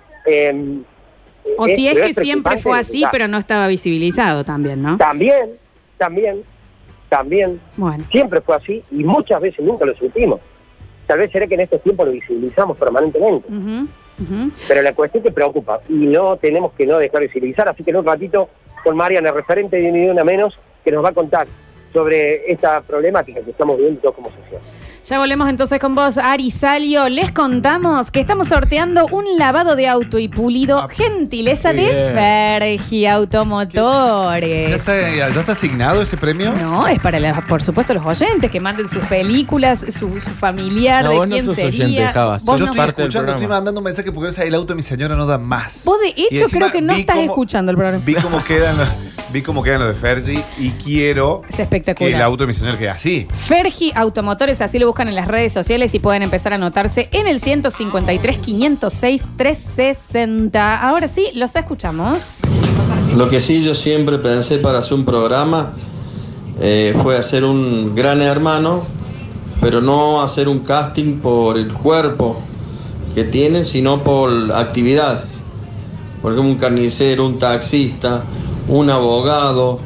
Eh, O si es, es que siempre fue así, pero no estaba visibilizado también, ¿no? También, también, también. Bueno. Siempre fue así y muchas veces nunca lo supimos. Tal vez será que en estos tiempos lo visibilizamos permanentemente. Uh-huh, uh-huh. Pero la cuestión que preocupa y no tenemos que no dejar de visibilizar. Así que en un ratito con Mariana, referente de Ni Una Menos, que nos va a contar sobre esta problemática que estamos viviendo todos como sociedad. Ya volvemos entonces con vos, Ari Salio. Les contamos que estamos sorteando un lavado de auto y pulido, gentileza Bien. de Fergie Automotores. ¿Ya está, ¿Ya está asignado ese premio? No, es para, la, por supuesto, los oyentes que manden sus películas, su, su familiar, no, de vos quién no sos sería. Oyente, Javas, vos Yo no estoy parte del escuchando, programa. estoy mandando un mensaje porque esa, el auto de mi señora no da más. Vos de Y hecho encima creo que no vi estás cómo- escuchando el programa. Vi cómo quedan los, vi cómo quedan los de Fergie y quiero Es espectacular. que el auto de mi señora quede así. Fergie Automotores, así lo buscan en las redes sociales y pueden empezar a anotarse en el ciento cincuenta y tres, quinientos seis, trescientos sesenta. Ahora sí, los escuchamos. Lo que sí yo siempre pensé para hacer un programa eh, fue hacer un Gran Hermano, pero no hacer un casting por el cuerpo que tienen, sino por actividad. Por ejemplo, un carnicero, un taxista, un abogado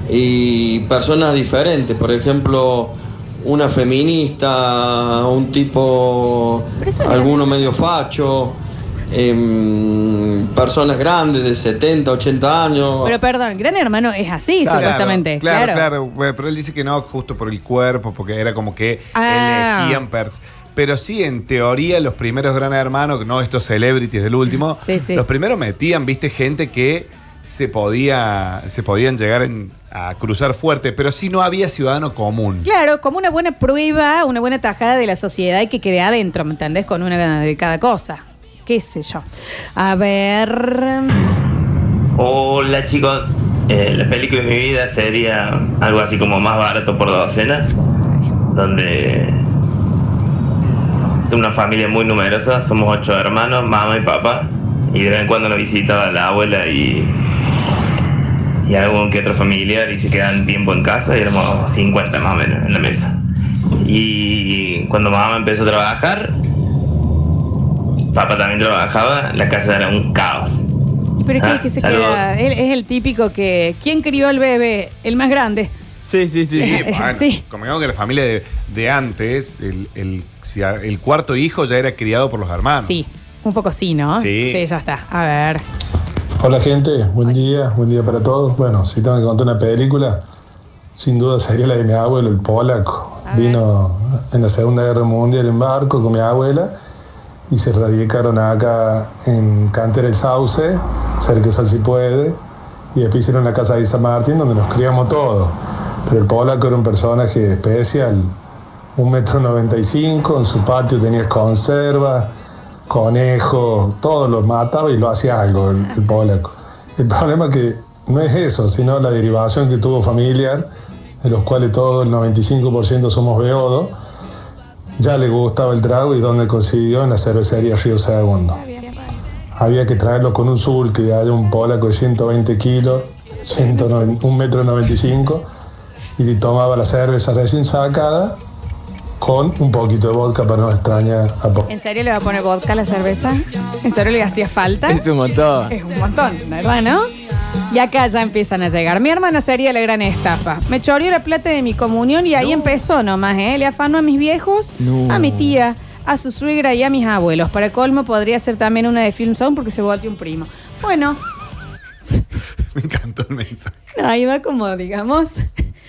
y personas diferentes. Por ejemplo, una feminista, un tipo, alguno medio facho, eh, personas grandes de setenta, ochenta años. Pero perdón, Gran Hermano es así, Claro, supuestamente. Claro, Claro. claro, bueno, pero él dice que no, justo por el cuerpo, porque era como que Ah. elegían pers. Pero sí, en teoría, los primeros Gran Hermanos, no estos celebrities del último, Sí, sí. los primeros metían, viste, gente que se podía, se podían llegar en- a cruzar fuerte, pero sí no había ciudadano común. Claro, como una buena prueba, una buena tajada de la sociedad y que quede adentro, ¿me entendés? Con una de cada cosa. Qué sé yo. A ver. Hola chicos, Eh, la película de mi vida sería algo así como Más barato por docena, donde tengo una familia muy numerosa, somos ocho hermanos, mamá y papá, y de vez en cuando nos visitaba la abuela y, y algún que otro familiar y se quedaban tiempo en casa y éramos cincuenta más o menos en la mesa. Y cuando mamá empezó a trabajar, papá también trabajaba, la casa era un caos. Pero Ah, ¿qué, qué se saludos. queda? Él es el típico que. ¿Quién crió al bebé? El más grande. Sí, sí, sí. Sí, bueno, Sí. convengamos que la familia de, de antes, el, el, si a- el cuarto hijo ya era criado por los hermanos. Sí, un poco sí, ¿no? Sí. Sí, ya está. A ver. Hola gente, buen día, buen día para todos. Bueno, si tengo que contar una película, sin duda sería la de mi abuelo, el polaco. Vino en la Segunda Guerra Mundial en barco con mi abuela y se radicaron acá en Cantera El Sauce, cerca de Salsipuede, y después hicieron la casa de San Martín donde nos criamos todos. Pero el polaco era un personaje especial, un metro noventa y cinco, en su patio tenía conservas, conejos, todo lo mataba y lo hacía algo el, el polaco. El problema es que no es eso, sino la derivación que tuvo familiar, de los cuales todo el noventa y cinco por ciento somos beodos. Ya le gustaba el trago y donde consiguió en la cervecería Río Segundo. Había que traerlo con un sul que haya un polaco de ciento veinte kilos, un metro noventa y cinco, y tomaba la cerveza recién sacada con un poquito de vodka para no extrañar a poco. ¿En serio le va a poner vodka a la cerveza? ¿En serio le hacía falta? Es un montón. Es un montón, ¿verdad, no? Y acá ya empiezan a llegar. Mi hermana sería la gran estafa. Me choreó la plata de mi comunión y ahí empezó nomás, ¿eh? Le afanó a mis viejos, No. a mi tía, a su suegra y a mis abuelos. Para colmo podría ser también una de Film Zone porque se volteó un primo. Bueno, Me encantó el mensaje. ahí va como, digamos,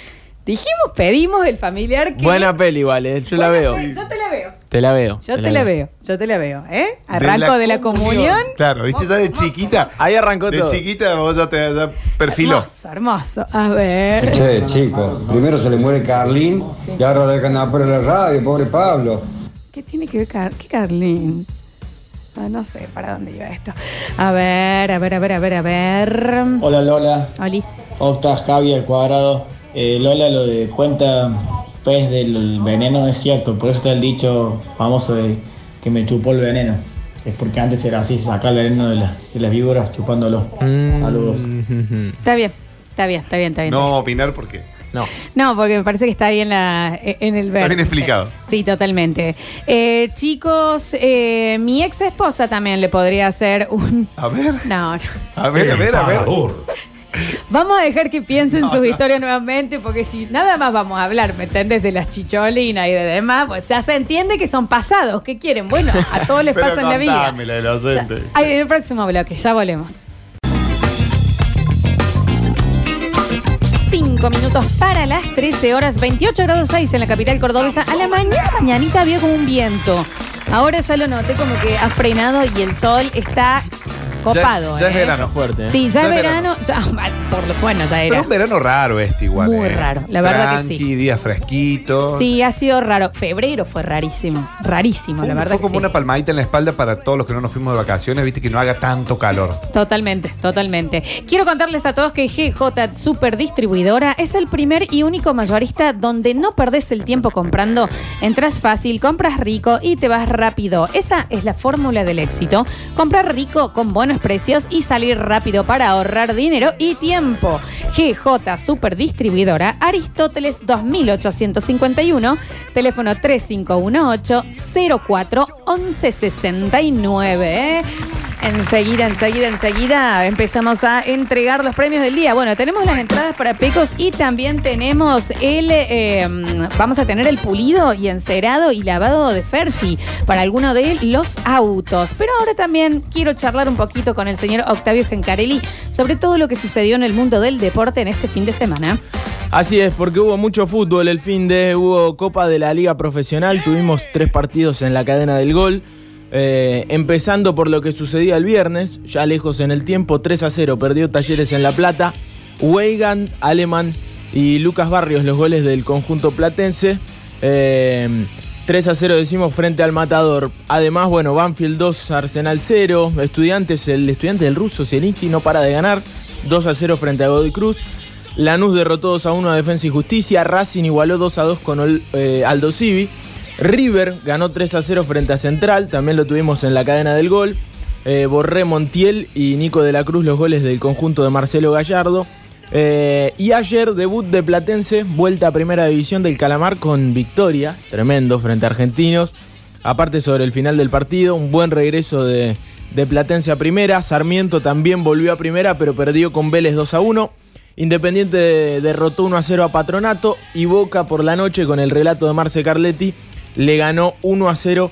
Dijimos, pedimos el familiar que... Buena peli, vale, yo la veo. Fe, yo te la veo. Te la veo. Yo te, te la veo. veo, yo te la veo, ¿eh? Arranco de la, de la comunión. Claro, viste, ya de chiquita. Ahí arrancó de todo. De chiquita vos ya te ya perfiló. Hermoso, hermoso. A ver. Che, chico, primero se le muere Carlín y ahora lo dejan a por la radio, pobre Pablo. ¿Qué tiene que ver Car ¿Qué Carlín? Ah, no sé para dónde iba esto. A ver, a ver, a ver, a ver, a ver. Hola, Lola. Oli. Octa, Javi al cuadrado. Eh, Lola, lo de cuenta pez del veneno es cierto, por eso está el dicho famoso de que me chupó el veneno. Es porque antes era así, se sacaba el veneno de, la, de las víboras chupándolo. Mm. Saludos. Está bien, está bien, está bien, está bien. No opinar porque... No. No, porque me parece que está ahí en, la, en el verbo. Está bien explicado. Sí, totalmente. Eh, chicos, eh, mi ex esposa también le podría hacer un... A ver. No, no. A ver, a ver, a ver. Vamos a dejar que piensen no, sus no. historias nuevamente, porque si nada más vamos a hablar, ¿me entiendes? De las chicholinas y de demás, pues ya se entiende que son pasados. ¿Qué quieren? Bueno, a todos les pasa en la vida. La de la ya, ahí en el próximo bloque, ya volvemos. Cinco minutos para las trece horas, veintiocho grados seis en la capital cordobesa. A la mañana, mañanita había como un viento. Ahora ya lo noté como que ha frenado y el sol está copado. Ya, ya ¿eh? es verano fuerte. ¿eh? Sí, ya, ya es verano. verano. Ya, por lo, bueno, ya era. Pero un verano raro este igual. Muy ¿eh? raro, la verdad Tranqui, que sí. días fresquitos. Sí, ha sido raro. Febrero fue rarísimo. Rarísimo, fue, la verdad fue que como sí. una palmadita en la espalda para todos los que no nos fuimos de vacaciones, viste, que no haga tanto calor. Totalmente, totalmente. Quiero contarles a todos que G J Super Distribuidora es el primer y único mayorista donde no perdés el tiempo comprando. Entras fácil, compras rico y te vas rápido. Esa es la fórmula del éxito. Comprar rico con buenos precios y salir rápido para ahorrar dinero y tiempo. G J Super Distribuidora, Aristóteles dos mil ochocientos cincuenta y uno, teléfono tres cinco uno ocho cero cuatro once sesenta y nueve. ¿eh? Enseguida, enseguida, enseguida empezamos a entregar los premios del día. Bueno, tenemos las entradas para Pecos y también tenemos el, eh, vamos a tener el pulido y encerado y lavado de Fergie para alguno de los autos. Pero ahora también quiero charlar un poquito con el señor Octavio Gencarelli sobre todo lo que sucedió en el mundo del deporte en este fin de semana. Así es, porque hubo mucho fútbol el fin de, hubo Copa de la Liga Profesional, tuvimos tres partidos en la cadena del gol. Eh, empezando por lo que sucedía el viernes, ya lejos en el tiempo, tres a cero perdió Talleres en La Plata. Weigand, Alemán y Lucas Barrios los goles del conjunto platense. Eh, tres a cero decimos frente al Matador. Además, bueno, Banfield dos, Arsenal cero. Estudiantes, el estudiante del ruso Zielinski no para de ganar. dos a cero frente a Godoy Cruz. Lanús derrotó dos a uno a Defensa y Justicia. Racing igualó dos a dos con eh, Aldo Civi. River ganó tres a cero frente a Central, también lo tuvimos en la cadena del gol. Eh, Borré, Montiel y Nico de la Cruz los goles del conjunto de Marcelo Gallardo. Eh, y ayer debut de Platense, vuelta a primera división del Calamar con victoria, tremendo frente a Argentinos. Aparte sobre el final del partido, un buen regreso de, de Platense a primera. Sarmiento también volvió a primera pero perdió con Vélez dos a uno. Independiente derrotó uno a cero a Patronato y Boca por la noche con el relato de Marce Carletti le ganó uno a cero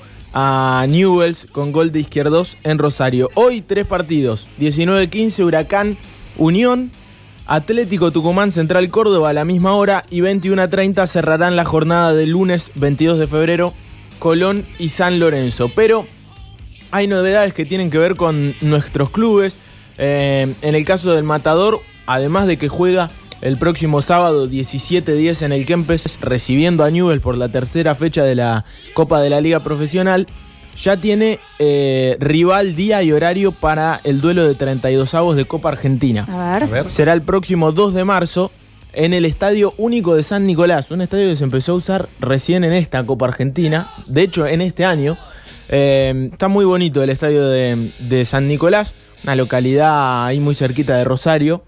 a Newell's con gol de Izquierdos en Rosario. Hoy tres partidos, diecinueve quince Huracán Unión, Atlético Tucumán Central Córdoba a la misma hora y veintiuno treinta cerrarán la jornada del lunes veintidós de febrero Colón y San Lorenzo. Pero hay novedades que tienen que ver con nuestros clubes. Eh, en el caso del Matador, además de que juega el próximo sábado diecisiete diez en el Kempes recibiendo a Newell's por la tercera fecha de la Copa de la Liga Profesional, ya tiene eh, rival, día y horario para el duelo de treinta y dos avos de Copa Argentina. A ver. A ver. Será el próximo dos de marzo en el Estadio Único de San Nicolás, un estadio que se empezó a usar recién en esta Copa Argentina, de hecho en este año. Eh, está muy bonito el estadio de, de San Nicolás, una localidad ahí muy cerquita de Rosario.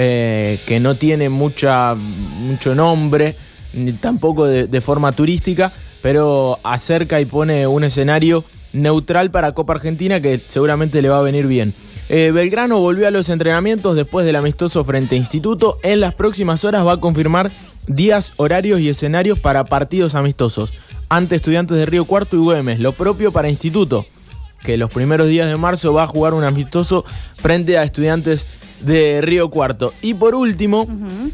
Eh, que no tiene mucha, mucho nombre, ni tampoco de, de forma turística, pero acerca y pone un escenario neutral para Copa Argentina que seguramente le va a venir bien. Eh, Belgrano volvió a los entrenamientos después del amistoso frente a Instituto. En las próximas horas va a confirmar días, horarios y escenarios para partidos amistosos ante Estudiantes de Río Cuarto y Güemes. Lo propio para Instituto, que los primeros días de marzo va a jugar un amistoso frente a Estudiantes de Río Cuarto. Y por último, uh-huh.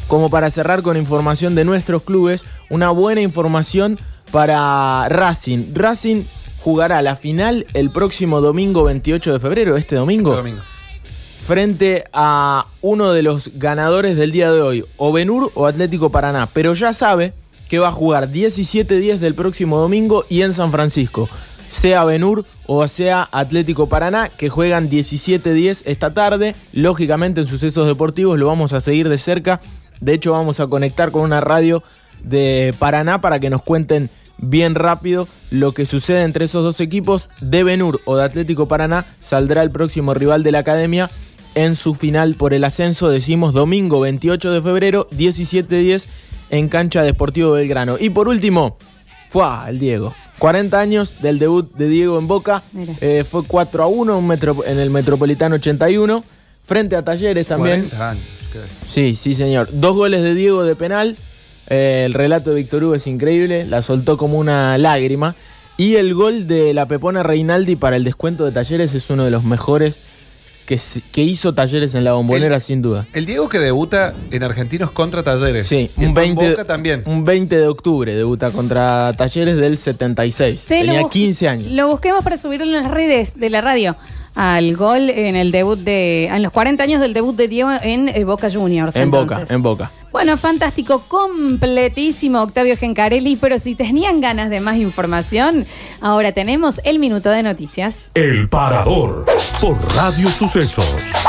como para cerrar con información de nuestros clubes, una buena información para Racing. Racing jugará la final el próximo domingo veintiocho de febrero, este domingo, Este domingo. frente a uno de los ganadores del día de hoy, o Ben-Hur o Atlético Paraná, pero ya sabe que va a jugar diecisiete diez del próximo domingo y en San Francisco, sea Ben-Hur o sea Atlético Paraná, que juegan diecisiete diez esta tarde. Lógicamente en Sucesos Deportivos lo vamos a seguir de cerca. De hecho vamos a conectar con una radio de Paraná para que nos cuenten bien rápido lo que sucede entre esos dos equipos. De Ben-Hur o de Atlético Paraná saldrá el próximo rival de la academia en su final por el ascenso, decimos domingo veintiocho de febrero, diecisiete diez en cancha de Sportivo Belgrano. Y por último, fue el Diego. cuarenta años del debut de Diego en Boca. Eh, fue cuatro a uno un metro, en el Metropolitano ochenta y uno, frente a Talleres también. cuarenta años. Sí, sí señor. Dos goles de Diego de penal. Eh, el relato de Víctor Hugo es increíble, la soltó como una lágrima. Y el gol de la Pepona Reinaldi para el descuento de Talleres es uno de los mejores que, que hizo Talleres en la Bombonera, el, sin duda. El Diego que debuta en Argentinos contra Talleres. Sí, y un veinte, Boca también. Un veinte de octubre debuta contra Talleres del setenta y seis. Sí, tenía quince años. Lo busquemos para subirlo en las redes de la radio. Al gol en el debut de. En los cuarenta años del debut de Diego en eh, Boca Juniors. En entonces. Boca, en Boca. Bueno, fantástico, completísimo Octavio Gencarelli, pero si tenían ganas de más información, ahora tenemos el minuto de noticias. El Parador, por Radio Sucesos.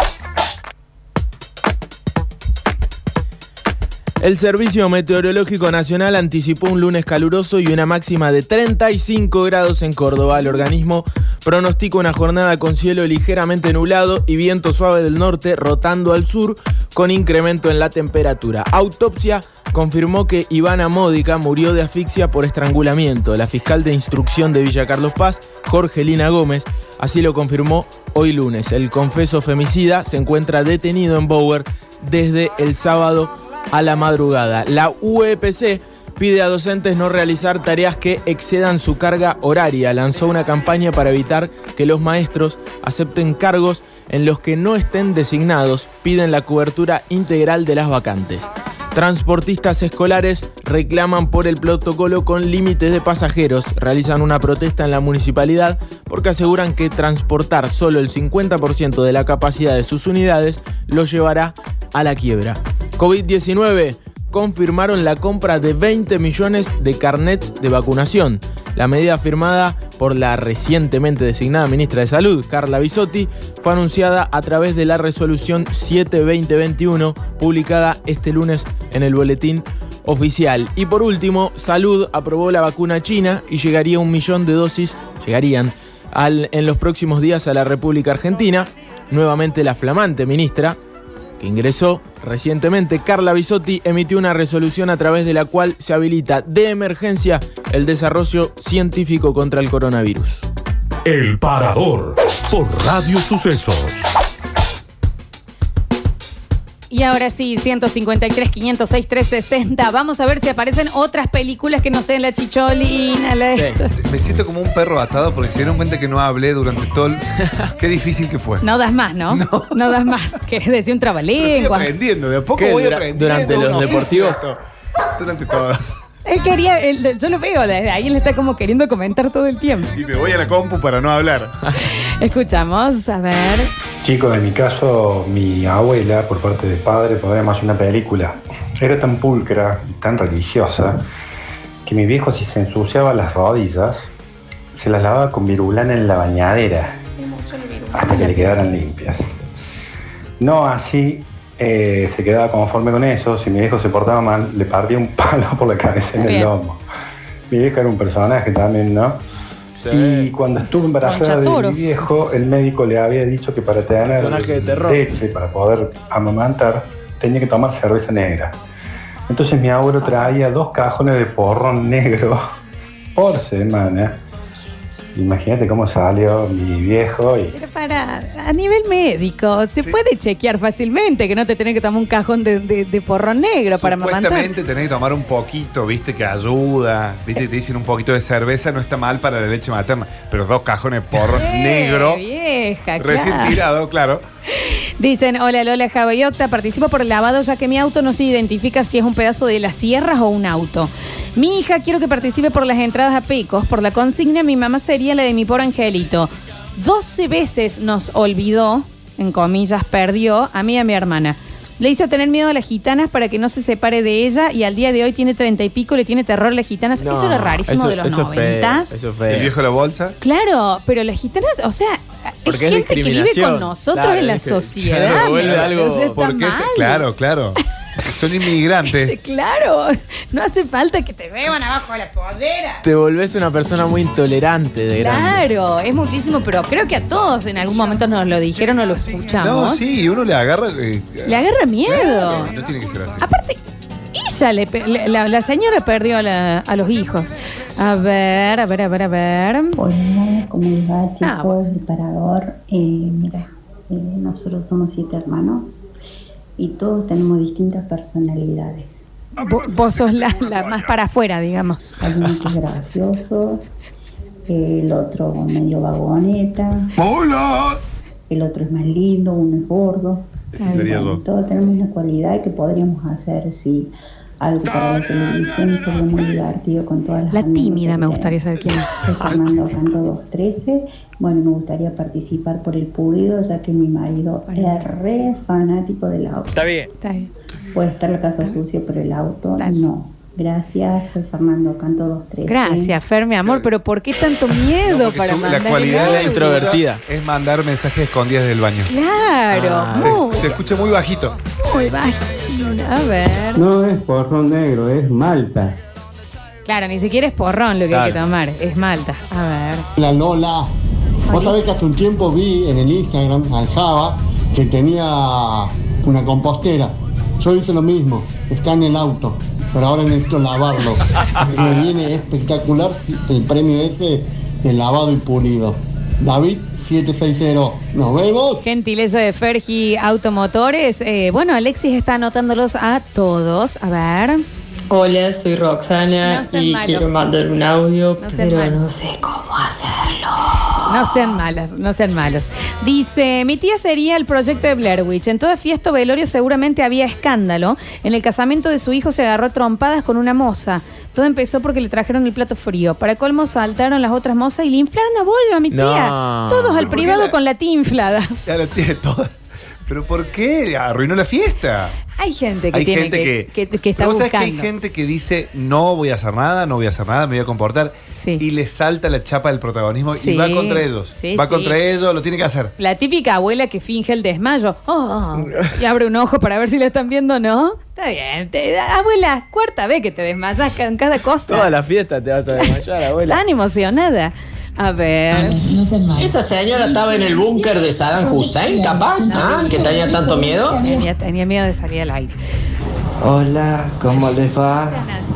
El Servicio Meteorológico Nacional anticipó un lunes caluroso y una máxima de treinta y cinco grados en Córdoba. El organismo pronostica una jornada con cielo ligeramente nublado y viento suave del norte rotando al sur con incremento en la temperatura. Autopsia confirmó que Ivana Módica murió de asfixia por estrangulamiento. La fiscal de instrucción de Villa Carlos Paz, Jorgelina Gómez, así lo confirmó hoy lunes. El confeso femicida se encuentra detenido en Bower desde el sábado a la madrugada. La U E P C pide a docentes no realizar tareas que excedan su carga horaria. Lanzó una campaña para evitar que los maestros acepten cargos en los que no estén designados. Piden la cobertura integral de las vacantes. Transportistas escolares reclaman por el protocolo con límites de pasajeros. Realizan una protesta en la municipalidad porque aseguran que transportar solo el cincuenta por ciento de la capacidad de sus unidades los llevará a la quiebra. COVID diecinueve confirmaron la compra de veinte millones de carnets de vacunación. La medida firmada por la recientemente designada ministra de Salud, Carla Bisotti, fue anunciada a través de la resolución siete barra veinte veintiuno, publicada este lunes en el boletín oficial. Y por último, Salud aprobó la vacuna china y llegaría un millón de dosis, llegarían al, en los próximos días a la República Argentina. Nuevamente la flamante ministra, que ingresó recientemente, Carla Bisotti, emitió una resolución a través de la cual se habilita de emergencia el desarrollo científico contra el coronavirus. El Parador, por Radio Sucesos. Y ahora sí, ciento cincuenta y tres, quinientos seis, trescientos sesenta. Vamos a ver si aparecen otras películas que no sean La Chicholina. La sí. Me siento como un perro atado porque se dieron cuenta que no hablé durante todo el... Qué difícil que fue. No das más, ¿no? No, no das más. Querés decir un trabalengua. Estoy aprendiendo, de a poco ¿Qué, voy dura, aprendiendo. Durante los deportivos. Durante todo. Él quería, él, yo lo veo, desde ahí él está como queriendo comentar todo el tiempo. Y me voy a la compu para no hablar. Escuchamos, a ver. Chicos, en mi caso, mi abuela, por parte de padre, todavía más una película. Era tan pulcra y tan religiosa que mi viejo, si se ensuciaba las rodillas, se las lavaba con virulana en la bañadera hasta que le quedaran limpias. No así. Eh, se quedaba conforme con eso. Si mi viejo se portaba mal, le partía un palo por la cabeza en el lomo. Mi vieja era un personaje también, ¿no? Sí. Y cuando estuvo embarazada de mi viejo, el médico le había dicho que para tener leche, para poder amamantar, tenía que tomar cerveza negra. Entonces mi abuelo traía dos cajones de porrón negro por semana. Imagínate cómo salió mi viejo y... Pero para, a nivel médico, se sí. puede chequear fácilmente que no te tenés que tomar un cajón de, de, de porrón negro para amamantar. Supuestamente tenés que tomar un poquito, viste, que ayuda. Viste, te dicen un poquito de cerveza, no está mal para la leche materna. Pero dos cajones de porrón eh, negro. Vieja, recién claro. tirado, claro. Dicen, hola Lola, Java y Octa, participo por el lavado ya que mi auto no se identifica si es un pedazo de las sierras o un auto. Mi hija quiero que participe por las entradas a Pecos, por la consigna mi mamá sería la de mi pobre angelito. doce veces nos olvidó, en comillas, perdió a mí y a mi hermana. Le hizo tener miedo a las gitanas para que no se separe de ella y al día de hoy tiene treinta y pico, le tiene terror a las gitanas. No, eso era rarísimo eso, de los eso noventa. Fue, eso fue. ¿El viejo de la bolsa? Claro, pero las gitanas, o sea, porque es es gente que vive con nosotros claro, en la es que, sociedad. Claro, vuelve algo, algo, o sea, porque es, claro, claro. Son inmigrantes. Claro, no hace falta que te beban abajo de la pollera. Te volvés una persona muy intolerante de grande. Claro, es muchísimo, pero creo que a todos en algún momento nos lo dijeron o lo escuchamos. No, sí, uno le agarra... Eh, le agarra miedo. Claro, no tiene que ser así. Aparte, ella, le, le, la, la señora perdió a, la, a los hijos. A ver, a ver, a ver, a ver. Hola, ¿cómo les va, chicos? Ah, bueno. El parador. Eh, mira, eh, nosotros somos siete hermanos y todos tenemos distintas personalidades. Vos, vos sos la, la más para afuera, digamos. Hay uno que es gracioso, el otro medio vagoneta. ¡Hola! El otro es más lindo, uno es gordo. Ese sería yo. Todos tenemos una cualidad que podríamos hacer si algo para la televisión sería muy divertido con todas las La tímida me gustaría saber quién es. Soy Fernando Canto doscientos trece. Bueno, me gustaría participar por el pulido, ya que mi marido es re fanático del auto. Está bien. Está bien. Puede estar la casa sucia, pero el auto no. Gracias, soy Fernando Canto doscientos trece. Gracias, Fer, mi amor, pero ¿por qué tanto miedo No, para su, mandar la cualidad el de la audio? introvertida es mandar mensajes escondidas del baño. Claro, Ah, muy, se, se escucha muy bajito. muy bajito. A ver. No es porrón negro, es malta. Claro, ni siquiera es porrón lo que Claro. hay que tomar, es malta. A ver. La Lola. Vos sabés que hace un tiempo vi en el Instagram al Java que tenía una compostera. Yo hice lo mismo, está en el auto, pero ahora necesito lavarlo. Así que me viene espectacular el premio ese de lavado y pulido. David siete seis cero, nos vemos. Gentileza de Fergi Automotores. Eh, bueno, Alexis está anotándolos a todos. A ver. Hola, soy Roxana No sean y malos. quiero mandar un audio, No sean pero malos. no sé cómo hacerlo. No sean malas, no sean malos. Dice, mi tía sería el proyecto de Blair Witch. En toda fiesta o velorio seguramente había escándalo. En el casamiento de su hijo se agarró a trompadas con una moza. Todo empezó porque le trajeron el plato frío. Para colmo saltaron las otras mozas y le inflaron a bollo a mi tía. No. Todos al ¿Pero por qué privado la- con la tía inflada. Ya la tiene toda. ¿Pero por qué? Arruinó la fiesta. Hay gente que Hay tiene gente que, que, que- que está Pero vos sabés buscando. que hay gente que dice no voy a hacer nada, no voy a hacer nada, me voy a comportar y le salta la chapa del protagonismo Sí. y va contra ellos. Sí, va sí. contra ellos, lo tiene que hacer. La típica abuela que finge el desmayo. Oh, oh, y abre un ojo para ver si la están viendo o no. Está bien. Te- abuela, cuarta vez que te desmayas en cada cosa. Toda la fiesta te vas a desmayar, abuela. Tan emocionada. A ver. ¿Esa señora estaba en el búnker de Saddam Hussein, capaz? ¿Ah? ¿Que tenía tanto miedo? Tenía, tenía miedo de salir al aire. Hola, ¿cómo les va?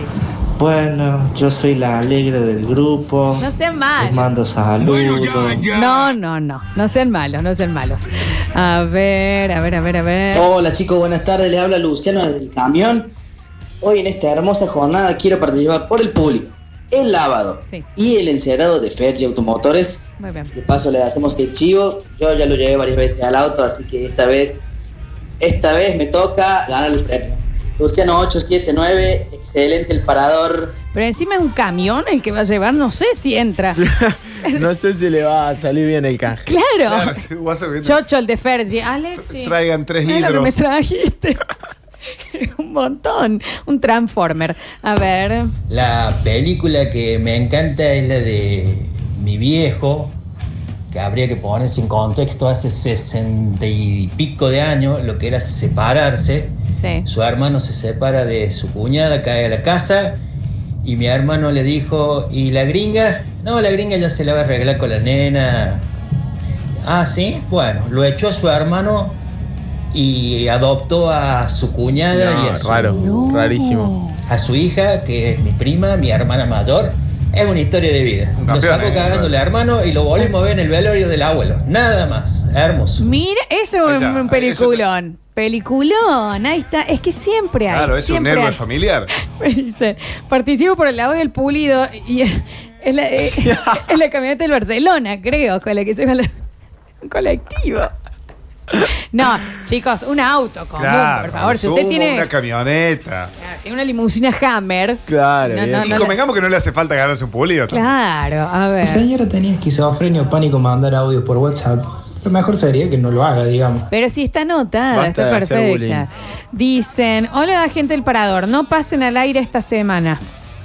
Bueno, yo soy la alegre del grupo. No sean Les malos. mando saludos. No, no, no. No sean malos, no sean malos. A ver, a ver, a ver, a ver. Hola chicos, buenas tardes, le habla Luciano desde el camión. Hoy en esta hermosa jornada quiero participar por el público, el lavado Sí. y el encerado de Fergie Automotores. Muy bien. De paso le hacemos el chivo, yo ya lo llevé varias veces al auto, así que esta vez, esta vez me toca ganar el premio. Luciano ocho siete nueve, excelente el parador. Pero encima es un camión el que va a llevar, no sé si entra. No sé si le va a salir bien el canje. Claro. Vas a ver- Chocho el de Fergie. Alexi. Traigan tres Mira lo que hidros. me trajiste. Un montón. Un Transformer. A ver. La película que me encanta es la de mi viejo, que habría que ponerse en contexto hace sesenta y pico de años, lo que era separarse. Sí. Su hermano se separa de su cuñada, cae a la casa y mi hermano le dijo, ¿y la gringa? No, la gringa ya se la va a arreglar con la nena. Ah, ¿sí? Bueno, lo echó a su hermano y adoptó a su cuñada No, y a su, raro, rarísimo. a su hija, que es mi prima, mi hermana mayor. Es una historia de vida. Lo Campeón, sacó eh, cagando el hermano y lo volvimos a ver en el velorio del abuelo. Nada más. Hermoso. Mira, eso Ahí es está, un peliculón. Peliculón. Ahí está. Es que siempre hay. Claro, es un siempre héroe hay. familiar. Me dice, participo por el lavado y el pulido y es es la, es, es la camioneta del Barcelona, creo, con la que lleva la, un colectivo. No, chicos, un auto común, Claro, por favor. Si usted sumo, tiene una camioneta. tiene una limusina Hammer. Claro, No, bien. no, y no, convengamos que no le hace falta ganarse un pulido. tampoco. Claro, a ver. La señora tenía esquizofrenia o pánico mandar audios por WhatsApp. Lo mejor sería que no lo haga, digamos. Pero si está anotada, Basta está de hacer perfecta. bullying. Dicen, hola gente del Parador, no pasen al aire esta semana.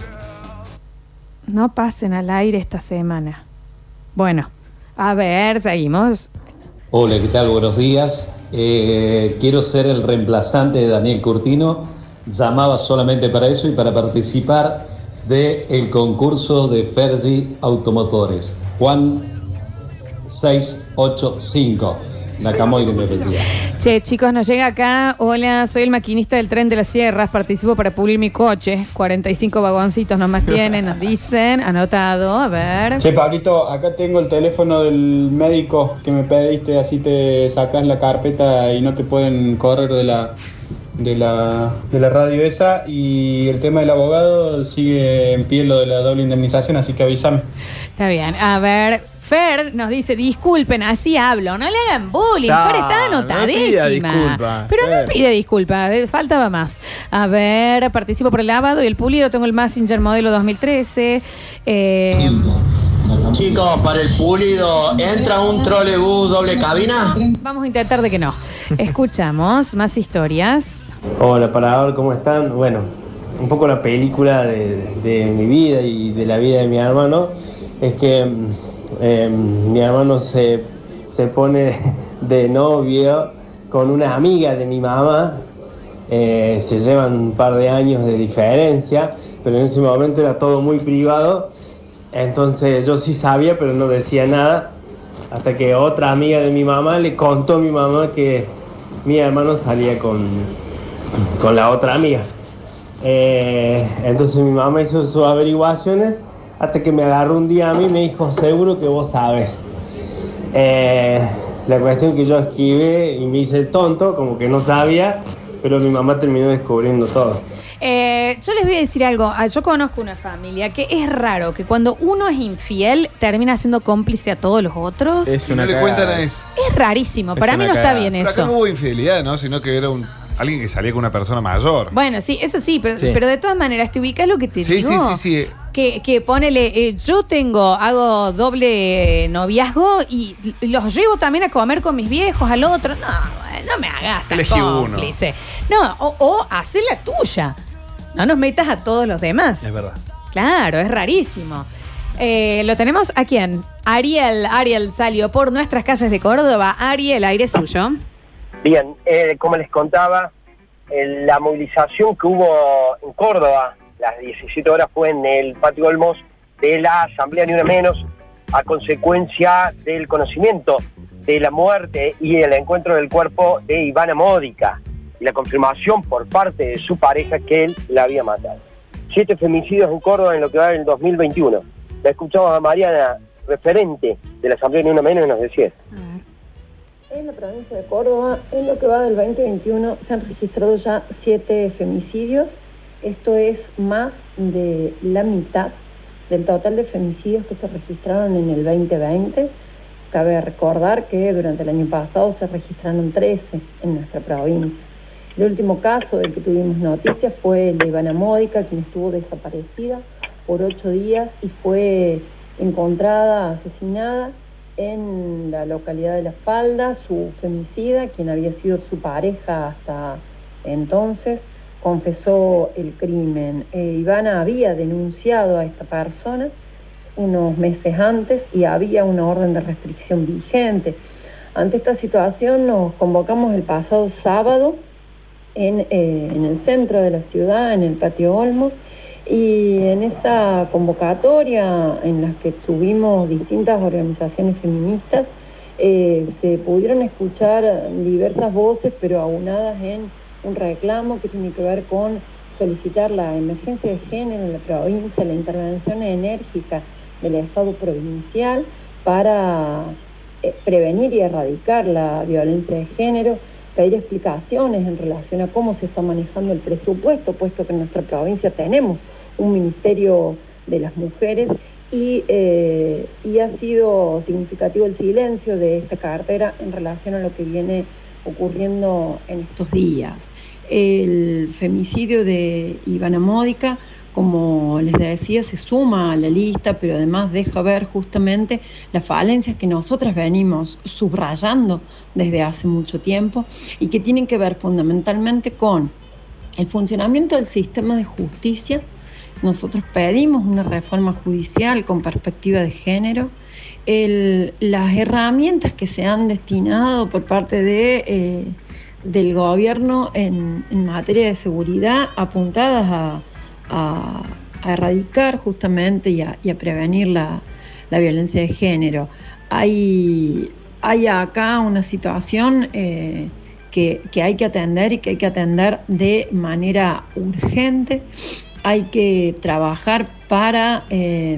No pasen al aire esta semana. Bueno, a ver, seguimos. Hola, ¿qué tal? Buenos días. Eh, quiero ser el reemplazante de Daniel Curtino. Llamaba solamente para eso y para participar del concurso de Fergie Automotores. Juan seis ocho cinco. Nacamoy de mi apellido. Che, chicos, nos llega acá. Hola, soy el maquinista del tren de las sierras. Participo para pulir mi coche. cuarenta y cinco vagoncitos nomás tienen, nos dicen. Anotado, a ver. Che, Pablito, acá tengo el teléfono del médico que me pediste, así te sacas la carpeta y no te pueden correr de la, de la, de la radio esa. Y el tema del abogado sigue en pie, lo de la doble indemnización, así que avísame. Está bien, a ver. Fer nos dice, disculpen, así hablo, no le hagan bullying. Ah, Fer está no anotadísima. pida disculpas, Pero Fer. no pide disculpas, eh, faltaba más. A ver, participo por el lavado y el pulido, tengo el Messenger modelo dos mil trece. Eh, Chicos, para el pulido, ¿entra un trolebús doble cabina? vamos a intentar de que no. Escuchamos más historias. Hola, Parador, ¿cómo están? Bueno, un poco la película de, de mi vida y de la vida de mi hermano es que eh, mi hermano se, se pone de novio con una amiga de mi mamá. Eh, se llevan un par de años de diferencia, pero en ese momento era todo muy privado. Entonces yo sí sabía, pero no decía nada, hasta que otra amiga de mi mamá le contó a mi mamá que mi hermano salía con, con la otra amiga. Eh, entonces mi mamá hizo sus averiguaciones hasta que me agarró un día a mí y me dijo, seguro que vos sabes. Eh, la cuestión que yo esquivé y me hice el tonto, como que no sabía, pero mi mamá terminó descubriendo todo. Eh, yo les voy a decir algo. Ah, Yo conozco una familia que es raro que cuando uno es infiel termina siendo cómplice a todos los otros. Es una no le cuentan a eso. Es rarísimo. Es Para mí una no está cagada. bien Pero eso. acá no hubo infidelidad, ¿no? Sino que era un alguien que salía con una persona mayor. Bueno, sí, eso sí, pero, Sí. pero de todas maneras, ¿te ubicas lo que te Sí, digo? sí, sí, sí. Que, que ponele, eh, yo tengo, hago doble noviazgo y los llevo también a comer con mis viejos al otro. No, bueno, no me hagas tan Elegí uno. cómplice. No, o, o hacé la tuya. No nos metas a todos los demás. Es verdad. Claro, es rarísimo. Eh, lo tenemos a quién? Ariel, Ariel salió por nuestras calles de Córdoba. Ariel, aire suyo. Bien, eh, como les contaba, eh, la movilización que hubo en Córdoba, las diecisiete horas, fue en el Patio Olmos de la Asamblea Ni Una Menos, a consecuencia del conocimiento de la muerte y el encuentro del cuerpo de Ivana Módica y la confirmación por parte de su pareja que él la había matado. Siete femicidios en Córdoba en lo que va del dos mil veintiuno. La escuchamos a Mariana, referente de la Asamblea Ni Una Menos, y nos decía esto. En la provincia de Córdoba, en lo que va del veinte veintiuno, se han registrado ya siete femicidios. Esto es más de la mitad del total de femicidios que se registraron en el veinte veinte. Cabe recordar que durante el año pasado se registraron trece en nuestra provincia. El último caso del que tuvimos noticias fue el de Ivana Módica, quien estuvo desaparecida por ocho días y fue encontrada asesinada en la localidad de La Falda. Su femicida, quien había sido su pareja hasta entonces, confesó el crimen. Eh, Ivana había denunciado a esta persona unos meses antes y había una orden de restricción vigente. Ante esta situación nos convocamos el pasado sábado en, eh, en el centro de la ciudad, en el Patio Olmos, y en esa convocatoria en la que tuvimos distintas organizaciones feministas, eh, se pudieron escuchar diversas voces, pero aunadas en un reclamo que tiene que ver con solicitar la emergencia de género en la provincia, la intervención enérgica del Estado provincial para eh, prevenir y erradicar la violencia de género, pedir explicaciones en relación a cómo se está manejando el presupuesto, puesto que en nuestra provincia tenemos un Ministerio de las Mujeres y, eh, y ha sido significativo el silencio de esta cartera en relación a lo que viene ocurriendo en estos días. El femicidio de Ivana Módica, como les decía, se suma a la lista, pero además deja ver justamente las falencias que nosotras venimos subrayando desde hace mucho tiempo y que tienen que ver fundamentalmente con el funcionamiento del sistema de justicia. Nosotros pedimos una reforma judicial con perspectiva de género, el, las herramientas que se han destinado por parte de, eh, del gobierno en, en materia de seguridad apuntadas a A, a erradicar justamente y a, y a prevenir la, la violencia de género. Hay, hay acá una situación eh, que, que hay que atender y que hay que atender de manera urgente. Hay que trabajar para, eh,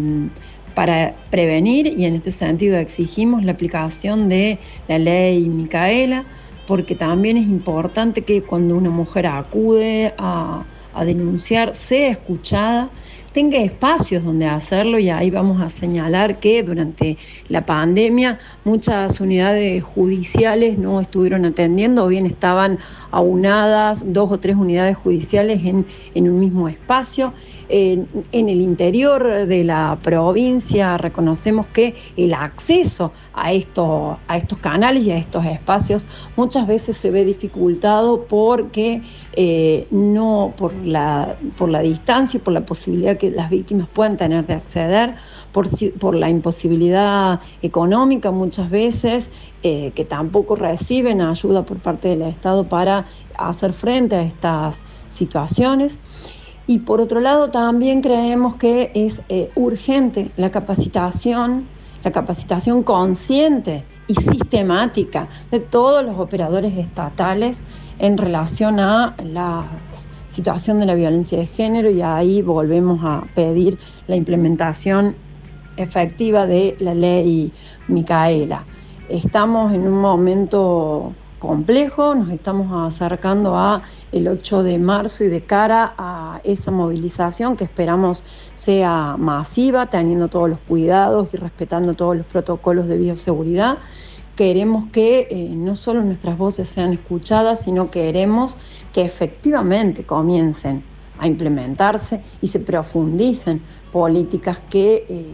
para prevenir, y en este sentido exigimos la aplicación de la ley Micaela, porque también es importante que cuando una mujer acude a a denunciar, sea escuchada, tenga espacios donde hacerlo, y ahí vamos a señalar que durante la pandemia muchas unidades judiciales no estuvieron atendiendo, o bien estaban aunadas dos o tres unidades judiciales en, en un mismo espacio. En, en el interior de la provincia reconocemos que el acceso a, esto, a estos canales y a estos espacios muchas veces se ve dificultado porque eh, no por la, por la distancia y por la posibilidad que las víctimas puedan tener de acceder, por, por la imposibilidad económica muchas veces, eh, que tampoco reciben ayuda por parte del Estado para hacer frente a estas situaciones. Y por otro lado también creemos que es eh, urgente la capacitación, la capacitación consciente y sistemática de todos los operadores estatales en relación a la situación de la violencia de género, y ahí volvemos a pedir la implementación efectiva de la ley Micaela. Estamos en un momento complejo, nos estamos acercando a el ocho de marzo y de cara a esa movilización que esperamos sea masiva, teniendo todos los cuidados y respetando todos los protocolos de bioseguridad. Queremos que eh, no solo nuestras voces sean escuchadas, sino que queremos que efectivamente comiencen a implementarse y se profundicen políticas que eh,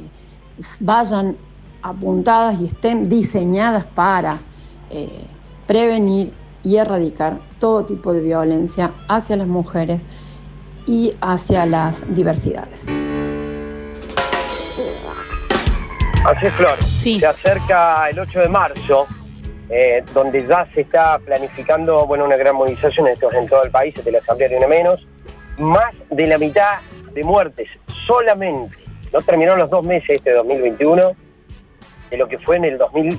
vayan apuntadas y estén diseñadas para eh, prevenir y erradicar todo tipo de violencia hacia las mujeres y hacia las diversidades. Así es, Flor. Sí. Se acerca el ocho de marzo, eh, donde ya se está planificando bueno, una gran movilización en, en todo el país, de la Asamblea de una menos. Más de la mitad de muertes solamente, no terminaron los dos meses este dos mil veintiuno, de lo que fue en el dos mil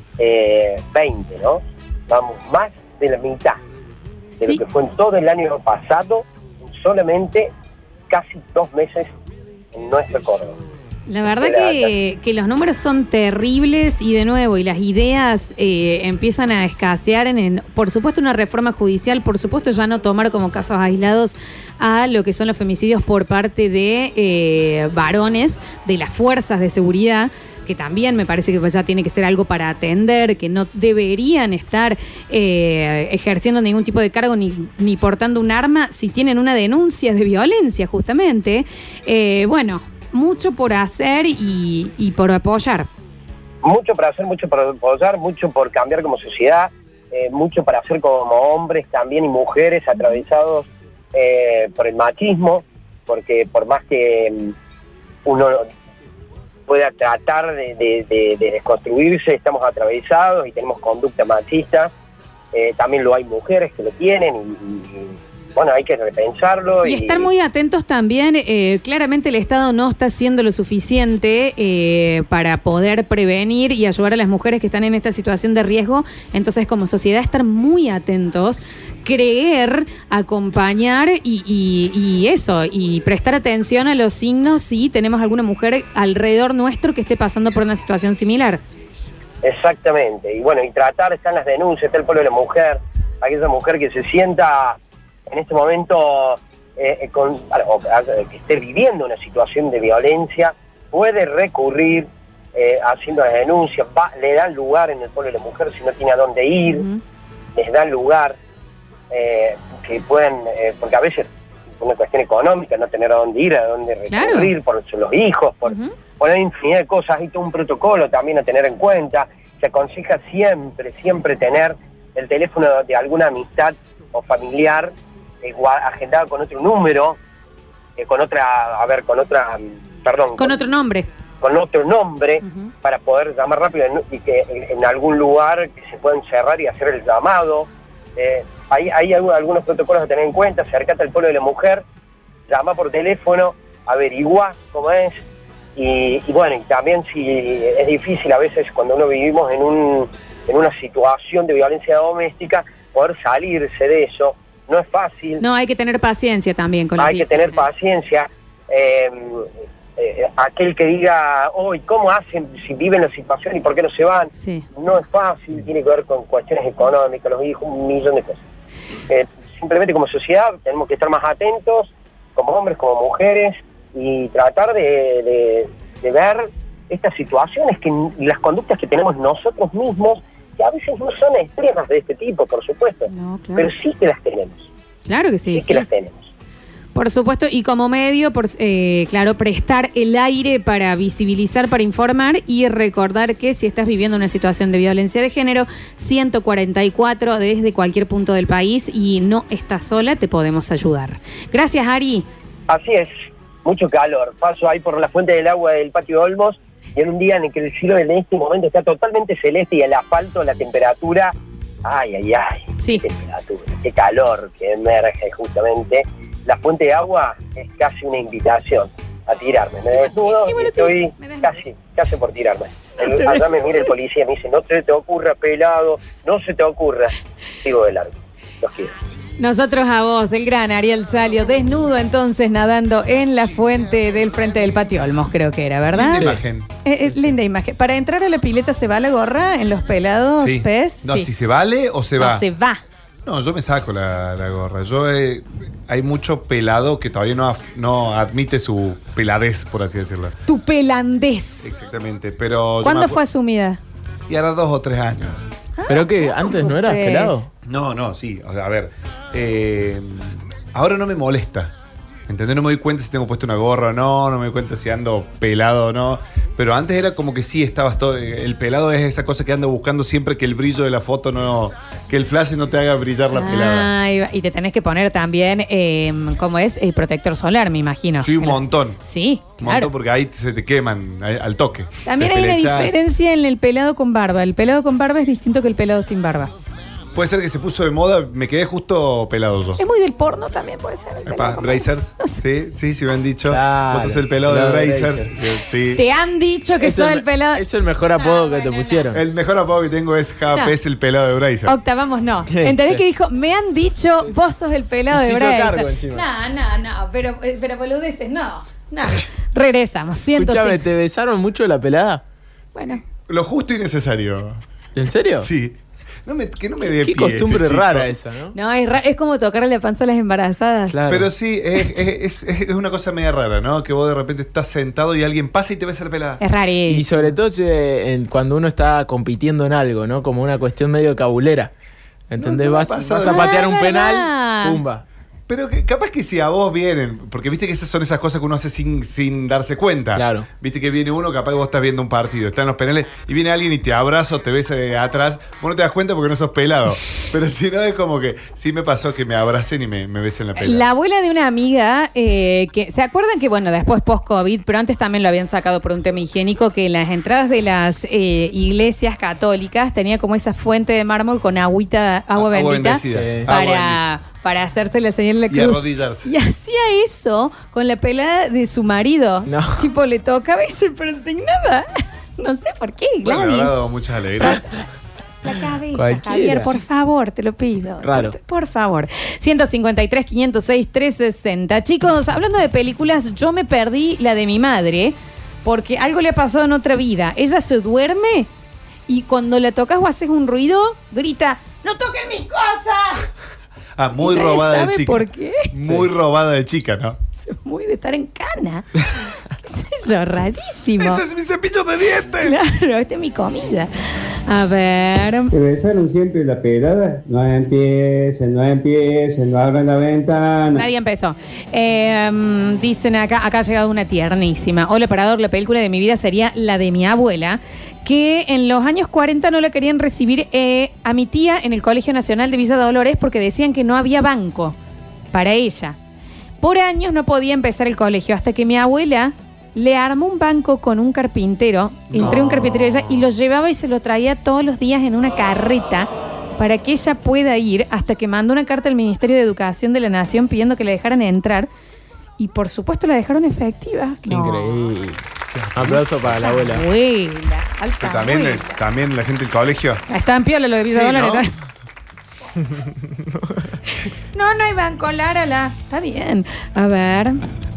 veinte, ¿no? Vamos, más de la mitad de sí. lo que fue en todo el año pasado, en solamente casi dos meses en nuestro Córdoba. La verdad que, que los números son terribles y de nuevo, y las ideas eh, empiezan a escasear en, en, por supuesto, una reforma judicial, por supuesto ya no tomar como casos aislados a lo que son los femicidios por parte de eh, varones de las fuerzas de seguridad, que también me parece que ya tiene que ser algo para atender, que no deberían estar eh, ejerciendo ningún tipo de cargo ni, ni portando un arma si tienen una denuncia de violencia, justamente. Eh, bueno, mucho por hacer y, y por apoyar. Mucho por hacer, mucho por apoyar, mucho por cambiar como sociedad, eh, mucho para hacer como hombres también y mujeres atravesados eh, por el machismo, porque por más que uno pueda tratar de, de, de, de desconstruirse, estamos atravesados y tenemos conducta machista. Eh, también lo hay mujeres que lo tienen y, y bueno, hay que repensarlo. Y, y estar muy atentos también. Eh, claramente el Estado no está haciendo lo suficiente eh, para poder prevenir y ayudar a las mujeres que están en esta situación de riesgo. Entonces, como sociedad, estar muy atentos, creer, acompañar y, y, y eso, y prestar atención a los signos si tenemos alguna mujer alrededor nuestro que esté pasando por una situación similar. Exactamente. Y bueno, y tratar, están las denuncias, está el pueblo de la mujer, aquella mujer que se sienta en este momento eh, con, o, que esté viviendo una situación de violencia, puede recurrir eh, haciendo las denuncias, va, le dan lugar en el pueblo de la mujer si no tiene a dónde ir, uh-huh. les dan lugar, eh, que pueden, eh, porque a veces por una cuestión económica, no tener a dónde ir, a dónde recurrir, claro. por los hijos, por, uh-huh. por una infinidad de cosas, hay todo un protocolo también a tener en cuenta. Se aconseja siempre, siempre tener el teléfono de alguna amistad o familiar eh, agendado con otro número, eh, con otra, a ver, con otra, perdón. Con, con otro nombre. Con otro nombre, uh-huh. para poder llamar rápido y que en, en algún lugar que se pueda encerrar y hacer el llamado. Eh, hay, hay algunos protocolos a tener en cuenta, acercate al pueblo de la mujer, llama por teléfono, averigua cómo es, y, y bueno, y también si es difícil a veces cuando uno vivimos en, un, en una situación de violencia doméstica, poder salirse de eso, no es fácil. No, hay que tener paciencia también con la Hay que tener paciencia. Eh, eh, aquel que diga, hoy, oh, ¿cómo hacen si viven la situación y por qué no se van? Sí. No es fácil, tiene que ver con cuestiones económicas, los hijos, un millón de cosas. Eh, simplemente como sociedad tenemos que estar más atentos, como hombres, como mujeres, y tratar de, de, de ver estas situaciones que, y las conductas que tenemos nosotros mismos, que a veces no son extremas de este tipo, por supuesto, no, claro. pero sí que las tenemos. Claro que sí. Sí, sí. que las tenemos. Por supuesto, y como medio, por, eh, claro, prestar el aire para visibilizar, para informar y recordar que si estás viviendo una situación de violencia de género, ciento cuarenta y cuatro desde cualquier punto del país y no estás sola, te podemos ayudar. Gracias, Ari. Así es, mucho calor. Paso ahí por la fuente del agua del Patio Olmos y en un día en el que el cielo en este momento está totalmente celeste y el asfalto, la temperatura, ay, ay, ay, sí. qué temperatura, qué calor que emerge justamente. La fuente de agua es casi una invitación a tirarme. Me desnudo y, bueno, y estoy me casi, casi por tirarme. El, allá me mira el policía y me dice, no se te ocurra, pelado, no se te ocurra. Sigo de largo. Los quiero. Nosotros a vos, el gran Ariel Salio, desnudo entonces nadando en la fuente del frente del Patio Olmos, creo que era, ¿verdad? Linda imagen. Eh, eh, linda imagen. Para entrar a la pileta, ¿se va la gorra en los pelados, sí. pez? No, sí. si se vale o se va. No, se va. No, yo me saco la, la gorra. Yo eh, hay mucho pelado que todavía no, no admite su peladez, por así decirlo. Tu pelandez. Exactamente, pero... ¿Cuándo fue asumida? Y ahora dos o tres años. Ah, ¿Pero qué? ¿Antes no eras pues. pelado? No, no, sí. O sea, a ver, eh, ahora no me molesta. ¿Entendés? No me doy cuenta si tengo puesto una gorra o no, no me doy cuenta si ando pelado o no. Pero antes era como que sí, estabas todo. El pelado es esa cosa que ando buscando siempre que el brillo de la foto no. Que el flash no te haga brillar la ah, pelada. Y te tenés que poner también, eh, ¿cómo es? El protector solar, me imagino. Sí, un montón. Sí, un claro. montón porque ahí se te queman al toque. También hay una diferencia en el pelado con barba. El pelado con barba es distinto que el pelado sin barba. Puede ser que se puso de moda, me quedé justo pelado yo. Es muy del porno también, puede ser. Brazers, sí, sí, sí me han dicho. Claro, vos sos el pelado de Brazers. Sí. Te han dicho que sos el, el pelado. Es el mejor apodo no, que bueno, te pusieron. No. El mejor apodo que tengo es J P, no. es el pelado de Brazers. Octa, vamos, no. ¿Entendés que dijo, me han dicho, vos sos el pelado de Brazers? No, no, no, pero, pero boludeces, no. No. Regresamos. Escúchame, ¿te besaron mucho la pelada? Bueno. Lo justo y necesario. ¿En serio? Sí. No me, que no me dé Qué pie costumbre este rara esa, ¿no? No, es, ra- es como tocarle la panza a las embarazadas. Claro. Pero sí, es, es, es, es una cosa media rara, ¿no? Que vos de repente estás sentado y alguien pasa y te besa la pelada. Es rarísimo. Y sobre todo si, en, cuando uno está compitiendo en algo, ¿no? Como una cuestión medio cabulera. ¿Entendés? No, no vas, pasado. vas a patear Ah, un verdad. penal, pumba. Pero que, capaz que si a vos vienen, porque viste que esas son esas cosas que uno hace sin, sin darse cuenta. Claro. Viste que viene uno, capaz que vos estás viendo un partido, están los penales, y viene alguien y te abraza o te besa de atrás, vos no te das cuenta porque no sos pelado. Pero si no, es como que sí me pasó que me abracen y me, me besen la pelada. La abuela de una amiga, eh, que ¿se acuerdan que, bueno, después post-COVID, pero antes también lo habían sacado por un tema higiénico, que en las entradas de las eh, iglesias católicas tenía como esa fuente de mármol con agüita, agua, agua bendita, bendecida. Sí. para... Agua para hacerse la señal de la Y cruz. arrodillarse. Y hacía eso con la pelada de su marido. No. Tipo, le tocaba y se persignaba. No sé por qué, Bueno, Gladys. me habrá dado muchas alegrías. La cabeza, Cualquiera. Javier, por favor, te lo pido. Raro. Por, por favor. ciento cincuenta y tres, quinientos seis, trescientos sesenta. Chicos, hablando de películas, yo me perdí la de mi madre porque algo le ha pasado en otra vida. Ella se duerme y cuando la tocas o haces un ruido, grita, ¡no toquen mis cosas! Ah, muy ¿Y nadie robada de sabe chica. por qué? Muy Sí. robada de chica, ¿no? Es muy de estar en cana. Yo, rarísimo. ¡Ese es mi cepillo de dientes! Claro, esta es mi comida. A ver. ¿Te besaron siempre la pelada? No empiecen, no empiecen, no abran la ventana. Nadie empezó. Eh, um, dicen acá, acá ha llegado una tiernísima. Hola, parador, la película de mi vida sería la de mi abuela, que en los años cuarenta no la querían recibir eh, a mi tía en el Colegio Nacional de Villa Dolores porque decían que no había banco para ella. Por años no podía empezar el colegio hasta que mi abuela le armó un banco con un carpintero, entre No. un carpintero y ella, y lo llevaba y se lo traía todos los días en una carreta para que ella pueda ir, hasta que mandó una carta al Ministerio de Educación de la Nación pidiendo que le dejaran entrar. Y por supuesto la dejaron efectiva. Qué increíble. Aplauso para la abuela. Abuela, alta Pero también, abuela. eh, también la gente del colegio. Está en piola lo de Villa Sí, Dolores. ¿no? No, no hay banco, Lárala. Está bien. A ver.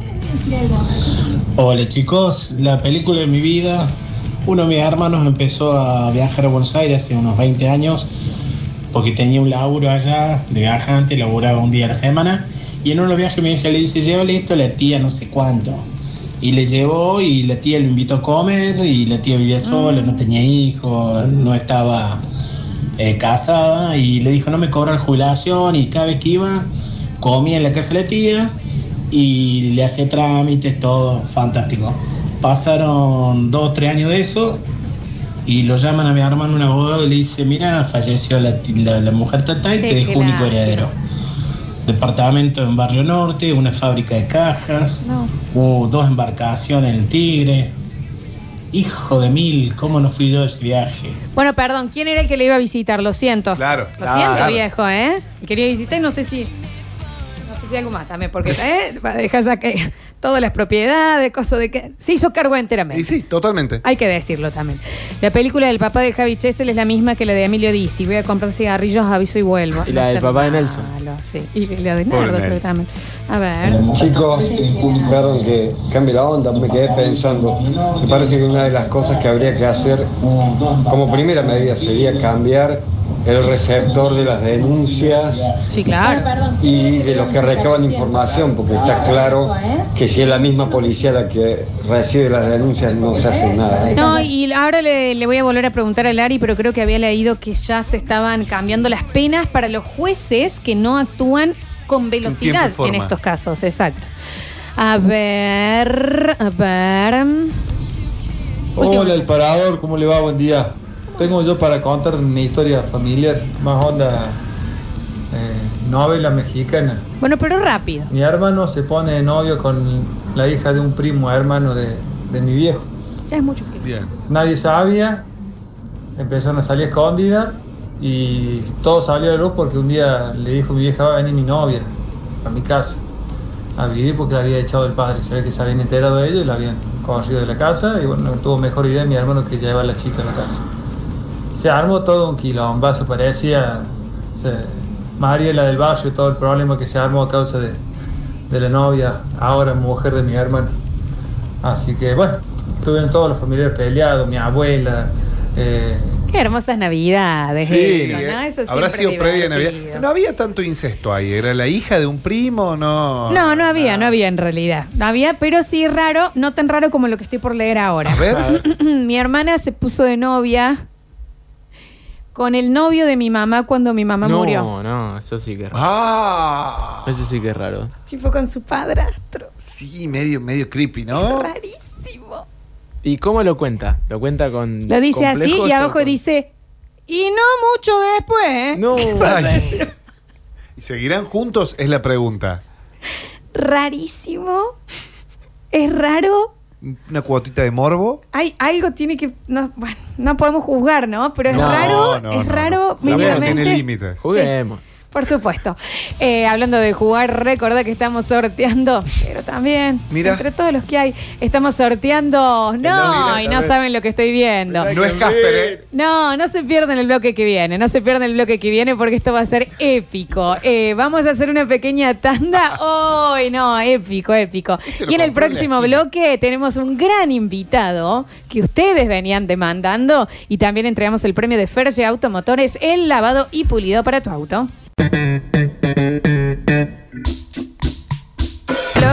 Hola chicos, la película de mi vida. Uno de mis hermanos empezó a viajar a Buenos Aires hace unos veinte años porque tenía un laburo allá de viajante, laburaba un día a la semana y en uno de los viajes mi hija le dice, llévale esto a la tía no sé cuánto. Y le llevó y la tía lo invitó a comer y la tía vivía sola, no tenía hijos, no estaba eh, casada y le dijo no me cobra la jubilación y cada vez que iba comía en la casa de la tía y le hacía trámites, todo fantástico. Pasaron dos o tres años de eso y lo llaman a mi hermano un abogado y le dice, mira, falleció la, la, la mujer tata y te dejó un único heredero. Departamento en Barrio Norte, una fábrica de cajas, No. hubo dos embarcaciones en el Tigre. Hijo de mil, ¿cómo no fui yo a ese viaje? Bueno, perdón, ¿quién era el que le iba a visitar? Lo siento. Claro. Lo Claro. siento, Claro. viejo, ¿eh? Quería visitar y no sé si... No sé si algo más también, porque ¿eh? Va a dejar ya que todas las propiedades, cosas de que... Se hizo cargo enteramente. Y sí, totalmente. Hay que decirlo también. La película del papá de Javi Chesel es la misma que la de Emilio Dizzi. Voy a comprar cigarrillos, aviso y vuelvo. Y la No del ser papá de malo, Nelson. Sí. Y la de Pobre Nardo creo que Nelson. también. A ver. Chicos, perdón que cambie la onda, me quedé pensando. Me parece que una de las cosas que habría que hacer como primera medida sería cambiar el receptor de las denuncias Sí, claro. y de los que recaban información, porque está claro que si es la misma policía la que recibe las denuncias no se hace nada. No, y ahora le, le voy a volver a preguntar a Lari, pero creo que había leído que ya se estaban cambiando las penas para los jueces que no actúan con velocidad tiempo y en forma. estos casos. Exacto. A ver, a ver. Último. Hola, el parador, ¿cómo le va? Buen día. Tengo yo para contar una historia familiar, más onda eh, novela mexicana. Bueno, pero rápido. Mi hermano se pone de novio con la hija de un primo hermano de, de mi viejo. Ya es mucho. Bien. Nadie sabía, empezaron a salir escondidas y todo salió a la luz porque un día le dijo mi vieja, va a venir mi novia a mi casa a vivir porque la había echado el padre. Se ve que se habían enterado de ello y la habían corrido de la casa y bueno, no tuvo mejor idea mi hermano que llevar a la chica a la casa. Se armó todo un quilombazo, parecía se, María la del barrio, todo el problema que se armó a causa de, de la novia, ahora mujer de mi hermano. Así que bueno, estuvieron todos los familiares peleados, mi abuela. Eh, Qué hermosas navidades. Sí, eso, eh, ¿no? Eso habrá siempre sido es previa divertido. Navidad. No había tanto incesto ahí. ¿Era la hija de un primo? No. No, no había, no había en realidad. No había, pero sí raro, no tan raro como lo que estoy por leer ahora. A ver. Mi hermana se puso de novia con el novio de mi mamá cuando mi mamá no, murió. No, no, eso sí que es raro. Ah. Eso sí que es raro. Tipo con su padrastro. Sí, medio, medio creepy, ¿no? Rarísimo. ¿Y cómo lo cuenta? ¿Lo cuenta con Lo dice así complejos y o abajo con- dice, y no mucho después, ¿eh? No. Ay. ¿Y seguirán juntos? Es la pregunta. Rarísimo. Es raro. ¿Una cuotita de morbo? Hay algo tiene que. No, bueno, no podemos juzgar, ¿no? Pero es No, raro, no, es no, raro no. La vida mínimamente. tiene límites. Juguemos. Por supuesto. Eh, hablando de jugar, recordá que estamos sorteando, pero también, Mira. entre todos los que hay, estamos sorteando. No, mira, y a no ver. saben lo que estoy viendo. No es Casper, ¿eh? No, no se pierdan el bloque que viene, no se pierdan el bloque que viene porque esto va a ser épico. Eh, vamos a hacer una pequeña tanda. ¡Ay, no! Épico, épico. lo Y en el compró en la próximo esquina. bloque tenemos un gran invitado que ustedes venían demandando y también entregamos el premio de Fergie Automotores, el lavado y pulido para tu auto.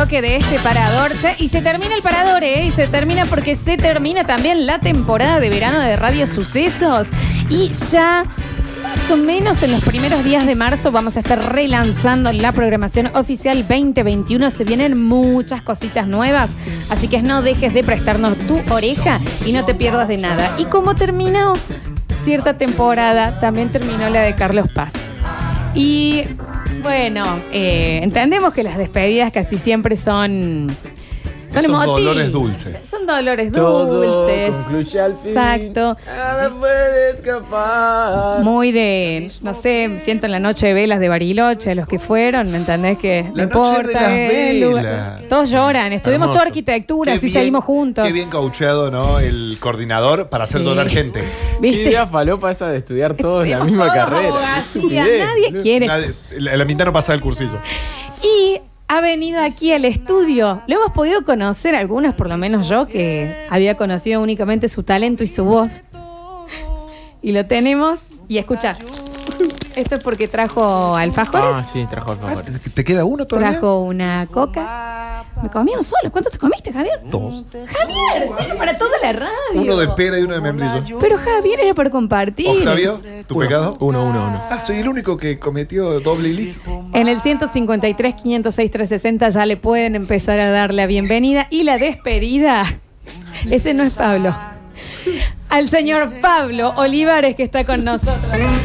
bloque de este parador. Y se termina el parador, ¿eh? Y se termina porque se termina también la temporada de verano de Radio Sucesos. Y ya más o menos en los primeros días de marzo vamos a estar relanzando la programación oficial veinte veintiuno. Se vienen muchas cositas nuevas, así que no dejes de prestarnos tu oreja y no te pierdas de nada. Y como terminó cierta temporada, también terminó la de Carlos Paz. Y bueno, eh, entendemos que las despedidas casi siempre son... Son, son emotivos. dolores dulces. Son dolores Todo dulces. concluye al fin. Exacto. Nada puede escapar. Muy de, no sé, me siento en la noche de velas de Bariloche, los que fueron, ¿me entendés? Que no La noche importa. de las eh, el lugar- velas. Todos lloran, estudiamos Hermoso. toda arquitectura, Qué así bien- seguimos juntos. Qué bien caucheado, ¿no? El coordinador para hacer Sí. donar gente. ¿Viste? ¿Qué idea falopa esa de estudiar todos la Estudiamos misma todos carrera? abogacía, Estupidez, nadie boludo. quiere. Nadie- la, la mitad no pasa del cursillo. Y ha venido aquí al estudio. Lo hemos podido conocer, algunos, por lo menos yo, que había conocido únicamente su talento y su voz. Y lo tenemos. Y escuchar. Esto es porque trajo alfajores. Ah, sí, trajo alfajores. ¿Te queda uno todavía? Trajo una coca. Me comí uno solo. ¿Cuánto te comiste, Javier? Dos. Javier, sí, para toda la radio. Uno de pera y uno de membrillo. Pero Javier era para compartir. Octavio, ¿tu pecado? Uno, uno, uno. Ah, soy el único que cometió doble ilícito. En el ciento cincuenta y tres, quinientos seis, trescientos sesenta ya le pueden empezar a dar la bienvenida y la despedida. Ese no es Pablo. Al señor Pablo Olivares, que está con nosotros.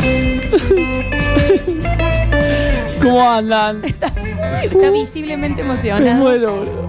¿Cómo andan? Está, está visiblemente emocionado. Me muero, boludo.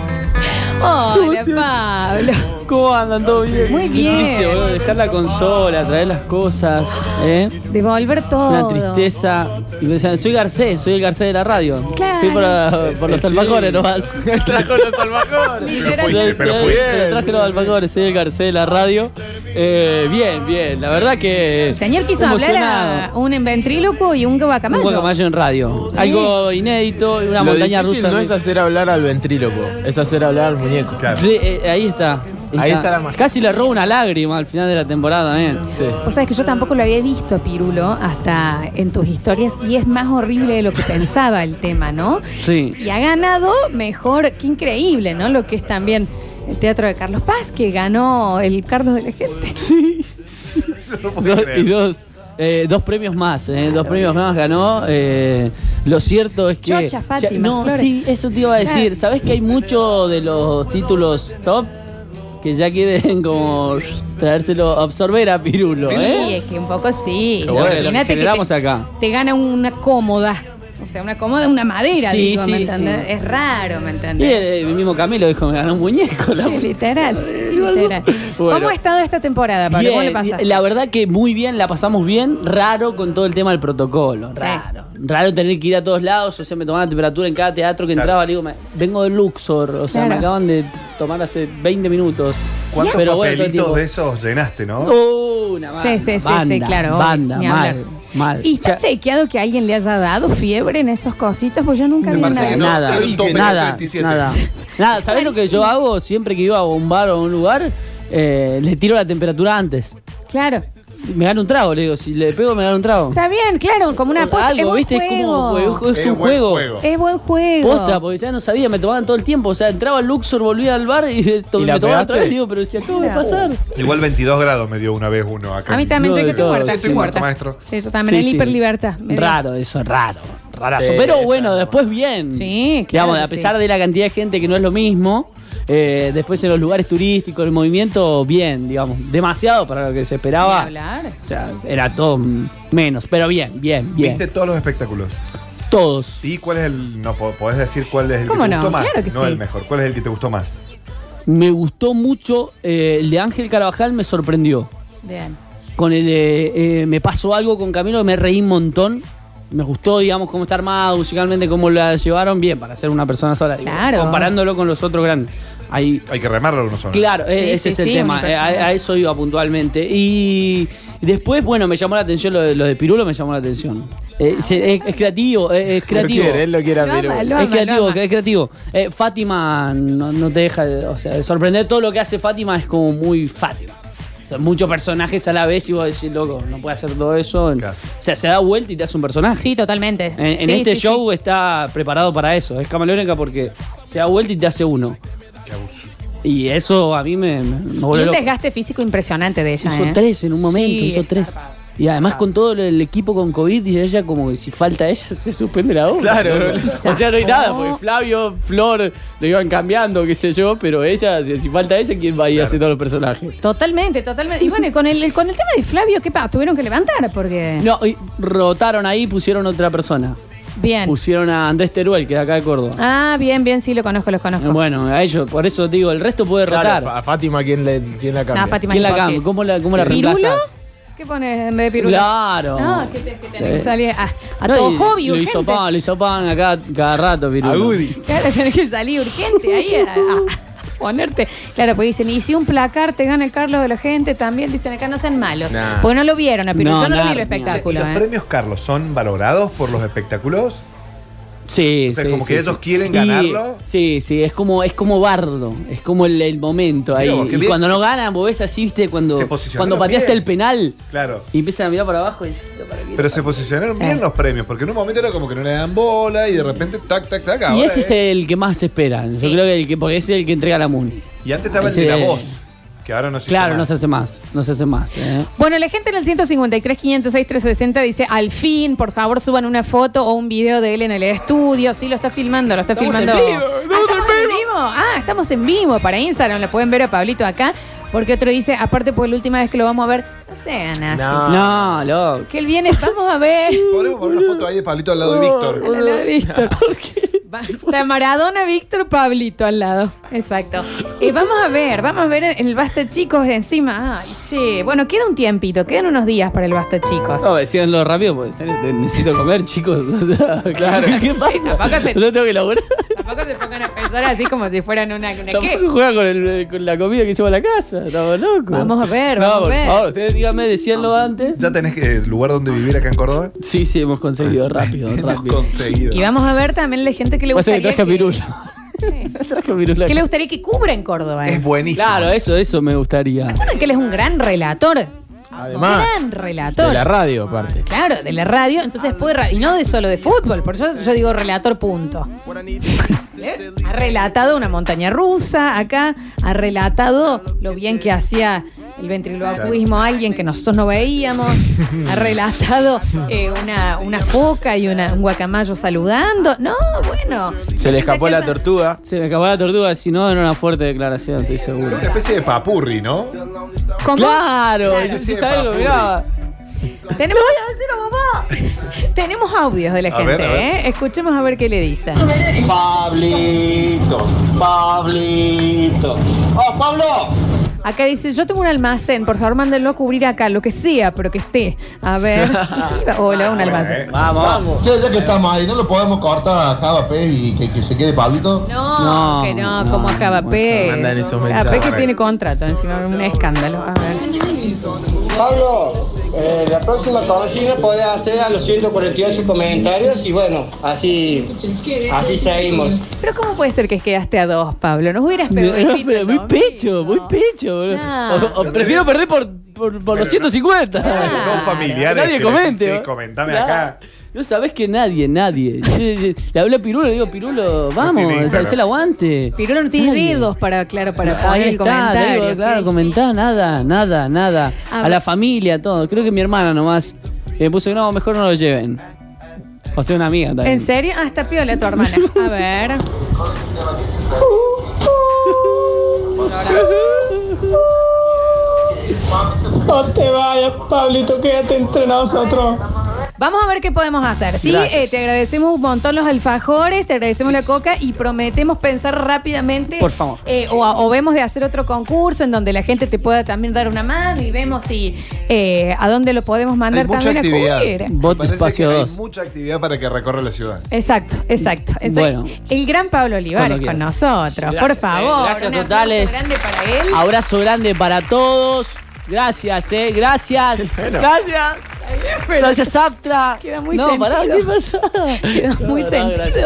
Hola, Pablo. ¿Cómo andan? ¿Todo bien? Muy bien. Qué triste, boludo, dejar la consola, traer las cosas, ¿eh? Devolver todo. Una tristeza. Y me decían, soy Garcés, soy el Garcés de la radio. Claro. Fui por, la- por los Sí. alfajores nomás. Trajo los alfajores. Literal. fuiste, pero fui Pero él. traje los alfajores, soy el Garcés de la radio. Eh, bien, bien. La verdad que. El señor quiso hablar a un ventríloco y un guacamayo. Un guacamayo en radio. Sí. Algo inédito, una Lo montaña difícil rusa. no es hacer hablar al ventríloco, es hacer hablar al muñeco. Claro. Sí, eh, ahí está. Ahí está la magia. Casi le robo una lágrima al final de la temporada también. Sí. Vos sabés que yo tampoco lo había visto a Pirulo hasta en tus historias y es más horrible de lo que pensaba el tema, ¿no? Sí. Y ha ganado mejor, qué increíble, ¿no? Lo que es también el teatro de Carlos Paz, que ganó el Carlos de la Gente. Sí. No puedo Dos, creer. y dos, eh, dos premios más, eh, dos premios más ganó. eh, lo cierto es que. Chocha, Fátima, ya- no, Flores. sí, eso te iba a decir. Claro. ¿Sabés que hay muchos de los títulos top que ya quieren como traérselo, absorber a Pirulo, Sí, ¿eh? es que un poco sí. Lo bueno, lo que Imagínate que generamos te, acá. te gana una cómoda. O sea, una cómoda, una madera, Sí, digo, sí, ¿me entendés? sí. Es raro, ¿me Y entendés? el, el mismo Camilo dijo, me ganó un muñeco. La Sí, literal, literal. Bueno. ¿Cómo ha estado esta temporada, Pablo? ¿Cómo le Bien, pasa? la verdad que muy bien, la pasamos bien. Raro con todo el tema del protocolo. Raro. Raro tener que ir a todos lados. O sea, me tomaban la temperatura en cada teatro que Claro. entraba. Le digo, me- vengo de Luxor. O sea, Claro. me acaban de tomar hace veinte minutos. ¿Cuántos Pero bueno, todo el papelitos tiempo. de esos llenaste, no? Uh, una banda, Sí, sí, sí, banda, sí, claro, Banda, ni mal, hablar. mal. ¿Y está Ya- chequeado que alguien le haya dado fiebre en esos cositas? Pues yo nunca Me vi parece nada. que no. Nada, Hay un tope de nada, treinta y siete. nada. Nada, ¿sabés lo que yo hago? Siempre que iba a un bar o a un lugar, eh, le tiro la temperatura antes. Claro. Me gano un trago, le digo. Si le pego, me gano un trago. Está bien, claro, como una apuesta. Algo, es buen ¿viste? Es juego. como juego, es, Es un buen juego. juego. Es buen juego. Posta, porque ya no sabía, me tomaban todo el tiempo. O sea, entraba al Luxor, volvía al bar y, to- ¿Y me la tomaba otra pegaste? vez. Digo, pero si acabo de pasar. Igual veintidós grados me dio una vez uno acá. A mí también, No, yo que de estoy todo, muerta. sí, Estoy estoy muerta. muerto, maestro. Sí, yo también, Sí, el sí. hiperlibertad. me dio. Raro, eso, raro. Rarazo. Sí, pero esa bueno, no. después bien. Sí, claro Digamos, que a pesar sí. de la cantidad de gente que no es lo mismo, eh, después en los lugares turísticos, el movimiento, bien, digamos. Demasiado para lo que se Ni esperaba. hablar. O sea, era todo mm, menos, pero bien, bien, bien. ¿Viste todos los espectáculos? Todos. ¿Y cuál es el. No, po- podés decir cuál es el que ¿Cómo te no? gustó más? Claro que no sí. el mejor. ¿Cuál es el que te gustó más? Me gustó mucho, eh, el de Ángel Carabajal me sorprendió. Bien. Con el de, eh, me pasó algo con Camilo que me reí un montón. Me gustó, digamos, cómo está armado musicalmente, cómo la llevaron bien para ser una persona sola. digo, Claro. Comparándolo con los otros grandes. Ahí, Hay que remarlo uno solo. claro, Sí, eh, ese sí, es el sí, tema. Eh, a, unipersonal. a eso iba puntualmente. Y después, bueno, me llamó la atención lo de, lo de Pirulo, me llamó la atención. Eh, se- es, es creativo, eh, es creativo. Lo quiere, él lo quiere a Lo ama, Pirulo. lo ama. Es creativo, ama. es creativo. Eh, Fátima no, no te deja, de- o sea, de sorprender. Todo lo que hace Fátima es como muy Fátima. O sea, muchos personajes a la vez y vos decís, loco, no puede hacer todo eso. Claro. O sea, se da vuelta y te hace un personaje. Sí, totalmente. En, en Sí, este sí, show sí. está preparado para eso. Es camaleónica porque se da vuelta y te hace uno. Qué abuso. Y eso a mí me, me, me Y vuelve un loco. desgaste físico impresionante de ella. Hizo ¿eh? tres en un momento, Sí, hizo tres. Y además con todo el equipo con COVID y ella como que si falta ella se suspende la obra. Claro. O sea, no hay nada, porque Flavio, Flor lo iban cambiando, qué sé yo, pero ella, si, si falta ella, ¿quién va a ir a hacer todos los personajes? Totalmente, totalmente. Y bueno, y con el, con el tema de Flavio, ¿qué pasa? Tuvieron que levantar porque... No, y rotaron ahí y pusieron otra persona. Bien. Pusieron a Andrés Teruel, que es de acá de Córdoba. Ah, bien, bien, sí, lo conozco, los conozco. Bueno, a ellos, por eso digo, el resto puede rotar. Claro, a Fátima, ¿quién, le, quién la cambia? No, Fátima ¿Quién la imposible. cambia? ¿Cómo la, cómo la ¿Pirulo? reemplazas? ¿Qué pones en vez de pirulo? Claro. No, que, te, que tenés que Eh. salir a, a No, todo y hobby lo urgente. hizo pan, lo hizo pan acá cada rato, Pirulo. A Woody. Claro, tenés que salir urgente ahí a, a- a ponerte. Claro, porque dicen, y si un placar te gana el Carlos de la gente, también dicen acá no sean malos. Nah. Porque no lo vieron a Pirulo. No, Yo no lo vi el nah, espectáculo. ¿Y los ¿eh? premios Carlos son valorados por los espectáculos? Sí, O sea, sí, como sí, que sí. ellos quieren Y- ganarlo. Sí, sí, es como, es como bardo, es como el, el momento ahí. Mirá vos, qué Y bien. cuando no ganan, vos ves así, viste, cuando, Se posicionaron cuando pateas bien. el penal Claro. y empiezan a mirar para abajo y dices, ¿para qué? Pero se posicionaron bien los premios, porque en un momento era como que no le dan bola y de repente tac, tac, tac. Y ahora ese es el que más se espera. Yo creo que el que, porque ese es el que entrega la Muni. Y antes estaba ese- el de la voz, que ahora no se Claro, hizo no más. se hace más, no se hace más. ¿eh? Bueno, la gente en el ciento cincuenta y tres, quinientos seis, trescientos sesenta dice, al fin, por favor, suban una foto o un video de él en el estudio. Sí, lo está filmando, lo está Estamos filmando. en vivo, Ah, ¿estamos en vivo? Ah, estamos en vivo para Instagram. Lo pueden ver a Pablito acá. Porque otro dice, aparte, porque la última vez que lo vamos a ver, no sean así. No, loco. Que él viene, vamos a ver. Podemos poner una foto ahí de Pablito al lado de Víctor. Al lado de Víctor. Va- Está Maradona, Víctor, Pablito al lado. Exacto. Eh, vamos a ver, vamos a ver el Basta Chicos de encima. Ay, che. Bueno, queda un tiempito, quedan unos días para el Basta Chicos. No, decíanlo rápido porque en serio, te- necesito comer, chicos. O sea, claro. ¿Qué pasa? tampoco se- No tengo que laburar. Tampoco se pongan a pensar así como si fueran una... una ¿qué? Tampoco juega con, el- con la comida que lleva a la casa. Estamos locos. Vamos a ver, no, vamos a por ver. favor, ustedes díganme, decíanlo antes. ¿Ya tenés que, el lugar donde vivir acá en Córdoba? Sí, sí, hemos conseguido rápido, Hemos rápido. conseguido. Y vamos a ver también la gente que le Pasa que gustaría traje a que, Pirulo. Traje a Pirulo. que le gustaría que cubra en Córdoba. ¿eh? Es buenísimo. Claro, eso, eso me gustaría. Recuerden que él es un gran relator. Además, gran relator. de la radio, aparte. Claro, de la radio, entonces puede... ra- Y no de solo de fútbol, por eso yo digo relator punto. ¿Eh? Ha relatado una montaña rusa acá, ha relatado lo bien que hacía el ventriloquismo a alguien que nosotros no veíamos, ha relatado eh, una, una foca y una, un guacamayo saludando. No, bueno. Se le escapó la tortuga. Se me acabó la tortuga, si no, era una fuerte declaración, estoy seguro. Una especie de papurri, ¿no? ¿Cómo? Claro, Claro. yo sí Sí, sabes algo, papurri. mirá. Tenemos, tenemos audios de la A gente, ver, a ver. ¿eh? Escuchemos a ver qué le dicen. Pablito, Pablito. ¡Oh, Pablo! Acá dice, yo tengo un almacén, por favor mándenlo a cubrir acá, lo que sea, pero que esté. A ver. Hola, un almacén. Vamos, vamos. Che, ya que estamos ahí, ¿no lo podemos cortar a Java P y que, que se quede Pablito? No, No, que no, no, como a no, Javapé. mandan esos Javapé que mensajes. tiene contrato, encima un escándalo. A ver. Pablo, eh, la próxima consigna podés hacer a los ciento cuarenta y ocho comentarios y bueno, así, así seguimos. Pero ¿cómo puede ser que quedaste a dos, Pablo? Nos hubieras No, pegado el no, pito pero muy conmigo. pecho, muy pecho, boludo. No. O- o prefiero perder por, por, por los ciento cincuenta. Claro. Dos familiares. Nadie que le- comente. Sí, ¿no? comentame Claro. acá. No sabés que nadie, nadie. Yo- yo- Le hablé a Pirulo, le digo, Pirulo, vamos, tiene o sea, Instagram. hacé el aguante. Pirulo no tiene Nadie. dedos para, claro, para Ahí poner el está, comentario. digo, claro, ¿sí? comentá, nada, nada, nada. A A, ver. la familia, todo. Creo que mi hermana nomás eh, puso que no, mejor no lo lleven. O sea, una amiga también. ¿En serio? Ah, está piola tu hermana. A ver. No te vayas, Pablito, quédate entre nosotros. Vamos a ver qué podemos hacer. Sí, Gracias. eh, te agradecemos un montón los alfajores, te agradecemos la coca y prometemos pensar rápidamente. Por favor. eh, o, o vemos de hacer otro concurso en donde la gente te pueda también dar una mano y vemos si eh, a dónde lo podemos mandar Hay mucha también actividad. a cubrir. Bot Parece espacio que hay dos. mucha actividad para que recorra la ciudad. Exacto, exacto. exacto. Bueno. El gran Pablo Olivares Cuando con quieras. nosotros, Gracias, por eh, favor. gracias Un aplauso totales. grande para él. Abrazo grande para todos. Gracias, eh, gracias. Gracias. Gracias, Aptra. Queda muy no, sentido. pará, ¿qué pasa? Queda muy No, no, sentido. gracias.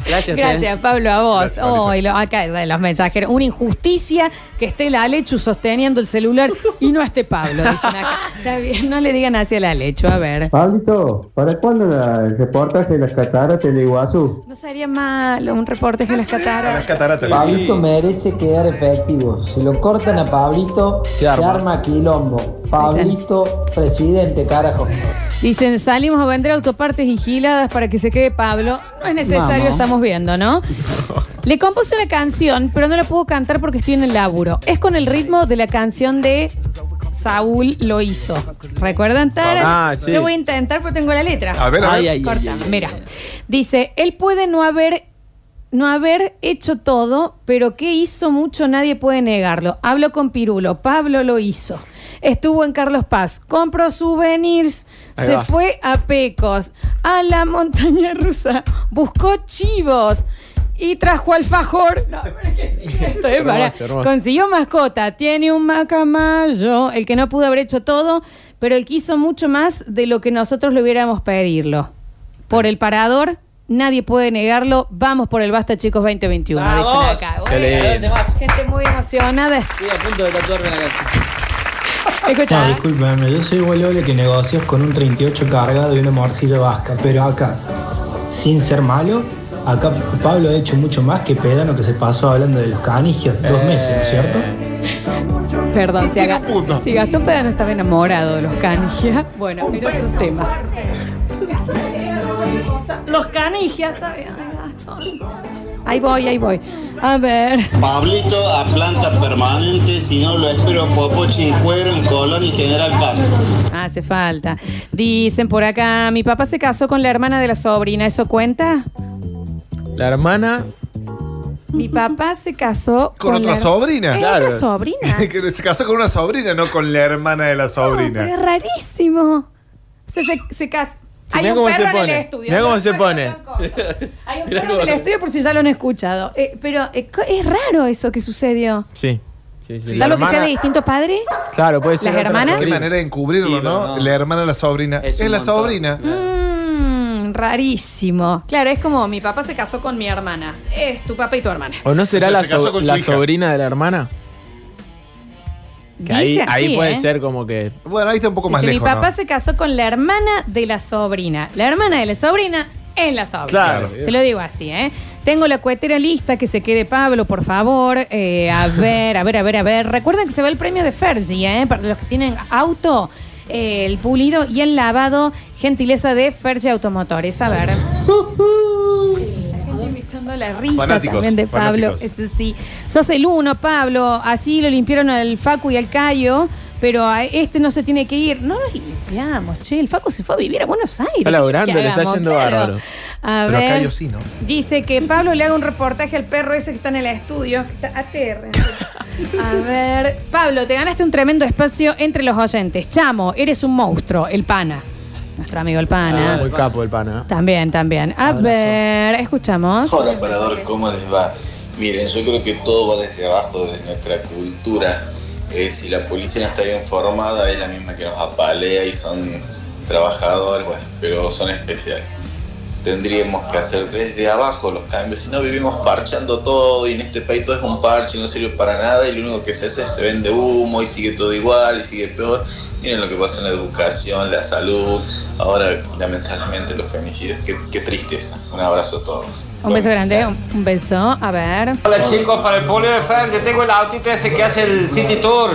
Gracias. Gracias, eh. Pablo, a vos. Gracias, Oh, y lo- acá de los mensajeros. Una injusticia que esté la Alechu sosteniendo el celular y no esté Pablo, dicen acá. Está bien, no le digan así a la Alechu, a ver. Pablito, ¿para cuándo la- el reportaje de las cataratas de Iguazú? No sería malo un reportaje de las cataratas. Pablito merece quedar efectivo. Si lo cortan a Pablito, se arma, arma. quilombo. Pablito, presidente, carajo. Dicen, salimos a vender autopartes y giladas para que se quede Pablo. No es necesario, Vamos. estamos viendo, ¿no? Le compuse una canción, pero no la puedo cantar porque estoy en el laburo. Es con el ritmo de la canción de Saúl Lo Hizo. ¿Recuerdan, Tara? Ah, sí. Yo voy a intentar porque tengo la letra. A ver, a ver. Ay, ay, Corta, ay, ay, mira. Dice, él puede no haber, no haber hecho todo, pero ¿qué hizo mucho? Nadie puede negarlo. Hablo con Pirulo. Pablo lo hizo. Estuvo en Carlos Paz, compró souvenirs, Ahí se va. fue a Pecos, a la montaña rusa, buscó chivos y trajo alfajor. No, pero es que sí, esto es para. Hermoso, hermoso. Consiguió mascota, tiene un macamayo, el que no pudo haber hecho todo, pero él quiso mucho más de lo que nosotros le hubiéramos pedirlo. Por el parador, nadie puede negarlo. Vamos por el Basta, chicos, veinte veintiuno. ¡Vamos! Dicen acá. Qué Bueno, lindo. gente muy emocionada. Estoy a punto de tatuarme la casa. Escucha. No, discúlpame, yo soy Bolole que negocias con un treinta y ocho cargado y una morcilla vasca, pero acá, sin ser malo, acá Pablo ha hecho mucho más que Pedano que se pasó hablando de los canigios dos meses, ¿no es cierto? Perdón, si, Aga- si Gastón Pedano estaba enamorado de los canigias, bueno, era otro tema. Los canigias, está bien, Gastón. Ahí voy, ahí voy. A ver. Pablito a planta permanente, si no lo espero Popochi en cuero en Colón y General Paz. Hace falta. Dicen por acá, mi papá se casó con la hermana de la sobrina, ¿eso cuenta? La hermana. Mi papá se casó ¿Con con otra la- sobrina? ¿Es Claro. otra sobrina? Que se casó con una sobrina, no con la hermana de la sobrina. Pero es rarísimo. Se, se, se casó. Sí, Hay mirá un cómo perro se en el pone. estudio. Mirá cómo No, se no, pone. no, no, Hay un perro en el estudio por si ya lo han escuchado. Eh, pero eh, co- es raro eso que sucedió. Sí. sí, sí. La Salvo que sea hermana- de distintos padres. Claro, puede ser. ¿Las otra hermanas? Qué sobrina. manera de encubrirlo, Sí, ¿no? pero no. La hermana de la sobrina. Es, un la montón. sobrina. Mm, rarísimo. Claro, es como mi papá se casó con mi hermana. Es tu papá y tu hermana. ¿O no será O sea, la, se casó so- con su la hija. sobrina de la hermana? Que ahí, Dice así, ahí puede ¿eh? ser como que. Bueno, ahí está un poco más Dice, lejos, mi papá ¿no? se casó con la hermana de la sobrina. La hermana de la sobrina es la sobrina. Claro. Te lo digo así, ¿eh? Tengo la cuetera lista, que se quede Pablo, por favor. Eh, a ver, a ver, a ver, a ver. Recuerden que se va el premio de Fergie, ¿eh? Para los que tienen auto, eh, el pulido y el lavado, gentileza de Fergie Automotores. A ver. La gente invitando a la risa Fanáticos, también de Pablo. fanáticos. Eso sí. Sos el uno, Pablo. Así lo limpiaron al Facu y al Cayo. Pero a este no se tiene que ir. No lo limpiamos, che. El Facu se fue a vivir a Buenos Aires. Está laburando, ¿Qué le está hagamos? yendo Claro. bárbaro. A Pero ver. acá yo sí, ¿no? Dice que Pablo le haga un reportaje al perro ese que está en el estudio. Está A T R. A ver. Pablo, te ganaste un tremendo espacio entre los oyentes. Chamo, eres un monstruo. El pana. Nuestro amigo el pana. Ah, muy capo el pana. También, también. A ver, escuchamos. Hola, operador, ¿cómo les va? Miren, yo creo que todo va desde abajo, desde nuestra cultura. Eh, si la policía no está bien formada, es la misma que nos apalea y son trabajadores, bueno, pero son especiales. Tendríamos que hacer desde abajo los cambios, si no vivimos parchando todo y en este país todo es un parche y no sirve para nada y lo único que se hace es se vende humo y sigue todo igual y sigue peor. Miren lo que pasa en la educación, la salud, ahora lamentablemente los femicidios, qué, qué tristeza. Un abrazo a todos. Un beso grande, un un beso. A ver. Hola chicos, para el polio de Fer, yo tengo el autito ese que hace el City Tour.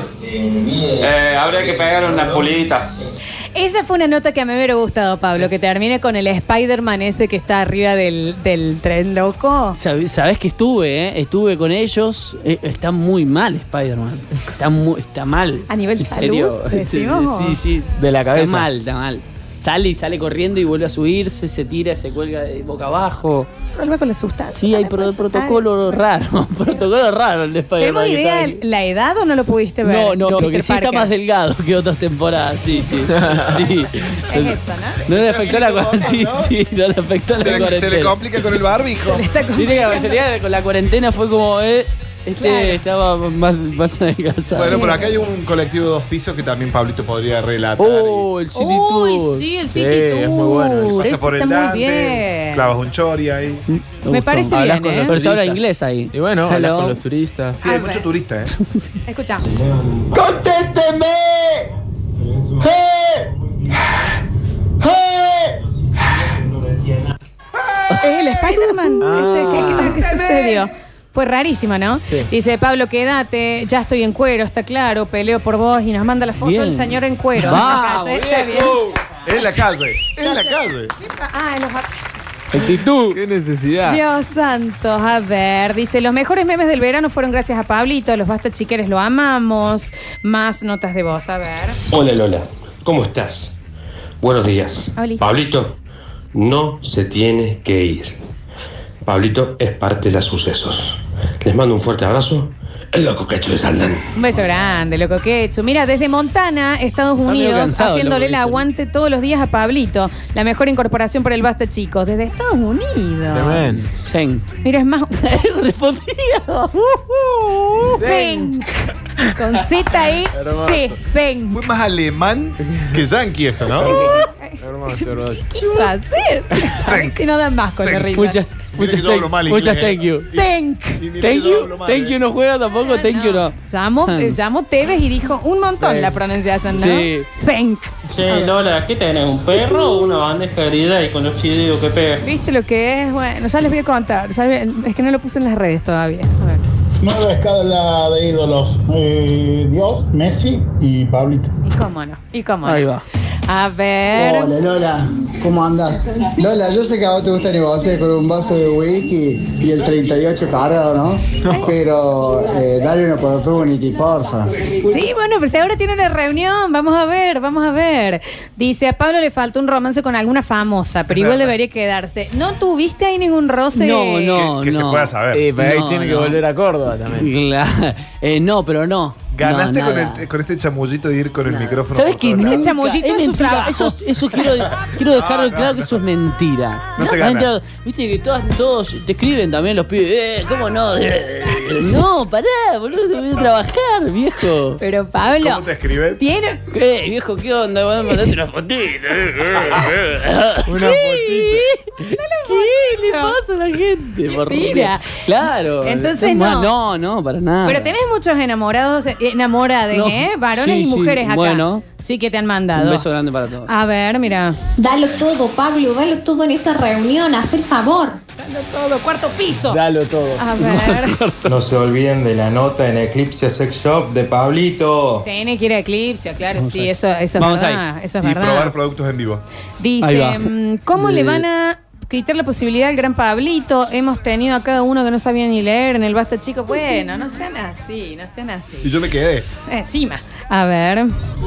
Eh, habría que pegar una pulidita. Esa fue una nota que a mí me hubiera gustado, Pablo, que termine con el Spider-Man ese que está arriba del, del tren loco. Sabes sabés que estuve, ¿eh? Estuve con ellos. Eh, está muy mal Spider-Man. Está, muy, está mal. A nivel ¿En salud, serio? decimos. Sí, sí. De la cabeza. Está mal, está mal. Sale y sale corriendo y vuelve a subirse, se tira, se cuelga de boca abajo. Problema con la sustancia. Sí, hay pro- protocolo raro. Protocolo raro el de Spider-Man. ¿Tenemos que idea está ahí. la edad o no lo pudiste ver? No, no, lo Peter que sí está Parker? más delgado que otras temporadas, sí, sí. sí. Es esto, ¿no? No le afectó la cuarentena. Sí, sí, no le afectó la Se le, cuarentena. se le complica con el barbijo. Viste que la mayoría con la cuarentena fue como, eh, este Claro. estaba más, más adelgazado. Bueno, pero acá hay un colectivo de dos pisos que también Pablito podría relatar. Oh, el City Uy, Tour. sí, el Sí, City Tour. es muy bueno. Pasa Ese por el está muy Dante. bien. Clavas un chori ahí. Me parece Hablas bien, con ¿eh? los Pero se habla inglés ahí. Y bueno, Hello. hablas con los turistas. Sí, hay Ah, mucho bueno. turista, ¿eh? Escucha. ¡Contésteme! ¡Hey! ¡Hey! ¿Es el Spider-Man? Este, ¿Qué, qué- qué sucedió? Fue rarísima, ¿no? Sí. Dice, Pablo, quédate, ya estoy en cuero, está claro, peleo por vos y nos manda la foto Bien. del señor en cuero. Vamos, En la calle, está bien. En la calle. En la calle. Ah, en los... Actitud. Qué necesidad. Dios santo, a ver, dice, los mejores memes del verano fueron gracias a Pablito, los Basta Chiqueres lo amamos, más notas de voz, a ver. Hola Lola, ¿cómo estás? Buenos días. Oli. Pablito no se tiene que ir. Pablito es parte de los sucesos. Les mando un fuerte abrazo. El loco quecho de Saldan. Un beso grande, loco quecho. Mira, desde Montana, Estados medio Unidos, cansado, haciéndole loco el quecho. aguante todos los días a Pablito. La mejor incorporación para el Basta, chicos. Desde Estados Unidos. Tremendo. Zen. Mira, es más... Respondía. Ven. Con Z ahí. Hermoso. Sí, ven. Fue más alemán que yankee eso, ¿no? Hermoso, hermoso. ¿Qué quiso hacer? A ver si no dan más con la rima. Muchas, Mira que muchas, yo hablo thank, mal muchas inglés, thank you. Y- Thank. y mira Thank que yo you. hablo mal, Thank ¿eh? you no juega tampoco. Thank you no. Llamó, eh, llamó Tevez y dijo un montón la pronunciación, ¿no? Sí. Thank. Che, Lola, ¿qué tenés? ¿Un perro o una bandeja herida y con los chiditos que pega? ¿Viste lo que es? Bueno, ya les voy a contar. Ya les- es que no lo puse en las redes todavía. A ver. Nueva escala de ídolos. Eh, Dios, Messi y Pablito. ¿Y cómo no? ¿Y cómo no? Ahí va. A ver. Hola Lola, ¿cómo andás? Lola, yo sé que a vos te gusta negociar con un vaso de whisky y el treinta y ocho cargado, ¿no? Pero eh, dale una opportunity, porfa. Sí, bueno, pues ahora tiene una reunión. Vamos a ver, vamos a ver. Dice, a Pablo le falta un romance con alguna famosa, pero igual debería quedarse. ¿No tuviste ahí ningún roce? No, no, Que- que se no. pueda saber. Sí, pero ahí No, tiene que no. volver a Córdoba también. Claro. Eh, no, pero no. Ganaste No, con, nada. el- con este chamullito de ir con el micrófono. ¿Sabes por qué? todos Nunca, lados. chamullito es es su mentira. trabajo. Eso, eso quiero, quiero dejarlo No, no, claro que no. eso es mentira. No se Es gana. mentira. Viste que todas, todos te escriben también los pibes. Eh, ¿Cómo no? No, pará, boludo, te voy a trabajar, viejo. Pero Pablo, ¿Cómo te escriben? tiene... ¿Qué, viejo? ¿Qué onda? Vamos a mandarte una fotito. Una fotito. ¿Qué le pasa a la gente? Por Mentira. Dios? Claro. Entonces Estamos- no. No, no, para nada. Pero tenés muchos enamorados, eh, enamoradas, No. ¿eh? Varones Sí, y sí, mujeres acá. bueno. Sí que te han mandado. Un beso grande para todos. A ver, mira. Dalo todo, Pablo, dalo todo en esta reunión, haz el favor. Dalo todo, cuarto piso. Dalo todo. A ver. No se olviden de la nota en Eclipse Sex Shop de Pablito. Tiene que ir a Eclipse, claro, sí, eso, eso es Vamos verdad. Eso es Y verdad. probar productos en vivo. Ahí Dice, va. mm, ¿cómo De- le van a quitar la posibilidad al gran Pablito? Hemos tenido a cada uno que no sabía ni leer en el Basta Chico. Bueno, no sean así, no sean Y así. yo me quedé. Encima. A ver.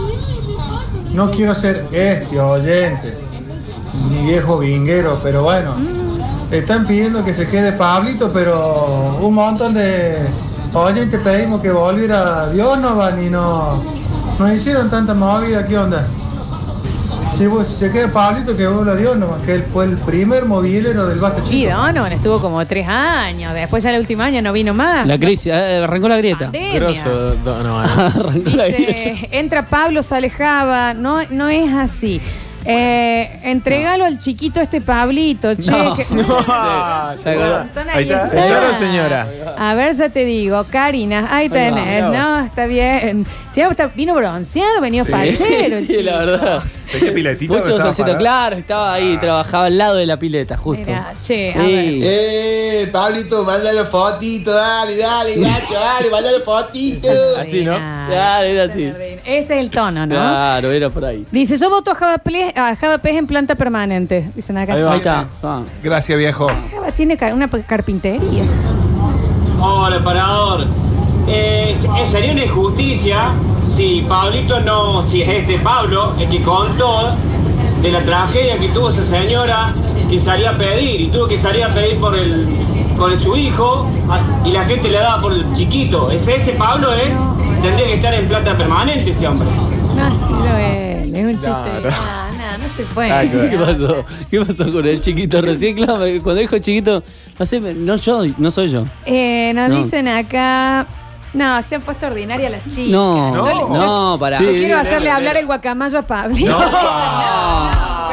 No quiero ser este oyente, ni viejo vinguero, pero bueno. Están pidiendo que se quede Pablito, pero un montón de oyentes pedimos que volviera a Diosnovan y no, no hicieron tanta movida. ¿Qué onda? Si, pues, si se queda Pablito, que vuelva a Diosnovan, que él fue el primer movilero del Basta Y Chico. Donovan estuvo como tres años. Después ya el último año no vino más. La crisis, eh, arrancó la grieta. Pandemia. Grosso, do- no, no. Arrancó la grieta. Dice, entra Pablo, sale Java. No, no es así. Eh, entregalo al chiquito este Pablito, che. No. que- No, Un se acordó. montón Ahí está. encima. ¿Señora o señora? A ver, ya te digo, Karina, ahí va, tenés. mirá vos. No, está bien. Si está, vino bronceado, venido Sí, fachero, sí, chico. la verdad. ¿Tenía piletita? Mucho ¿Estaba solcito, parado? claro, estaba ahí, trabajaba al lado de la pileta, justo. Mirá, che, a Sí. ver. Eh, Pablito, mándale fotito, dale, dale, gacho, dale, mándale fotito. Así, ¿no? Claro, era así. Ese es el tono, ¿no? Claro, era por ahí. Dice, yo voto a Java, Ple- a Java Pez en planta permanente. Dicen acá. Ahí va. Ahí está. Ah. Gracias, viejo. Java tiene ca- una carpintería. Hola, parador. Eh, eh, sería una injusticia si Pablito no, si es este Pablo el que contó de la tragedia que tuvo esa señora que salía a pedir y tuvo que salir a pedir por el con su hijo a- y la gente le daba por el chiquito. ¿Ese ese Pablo es? Tendría que estar en planta permanente ese hombre. No, sí lo es. Es un chiste. Claro. No, no, no se puede. Ah, ¿Qué pasó? ¿Qué pasó con el chiquito recién? Claro, cuando dijo chiquito, no sé, no yo, no soy yo. Eh, nos No. dicen acá. No, se han puesto ordinarias las chicas. No, Yo le- no, yo- pará. Yo Sí, quiero dile, hacerle dile. hablar el guacamayo a Pablo. No. No, pero ¿cómo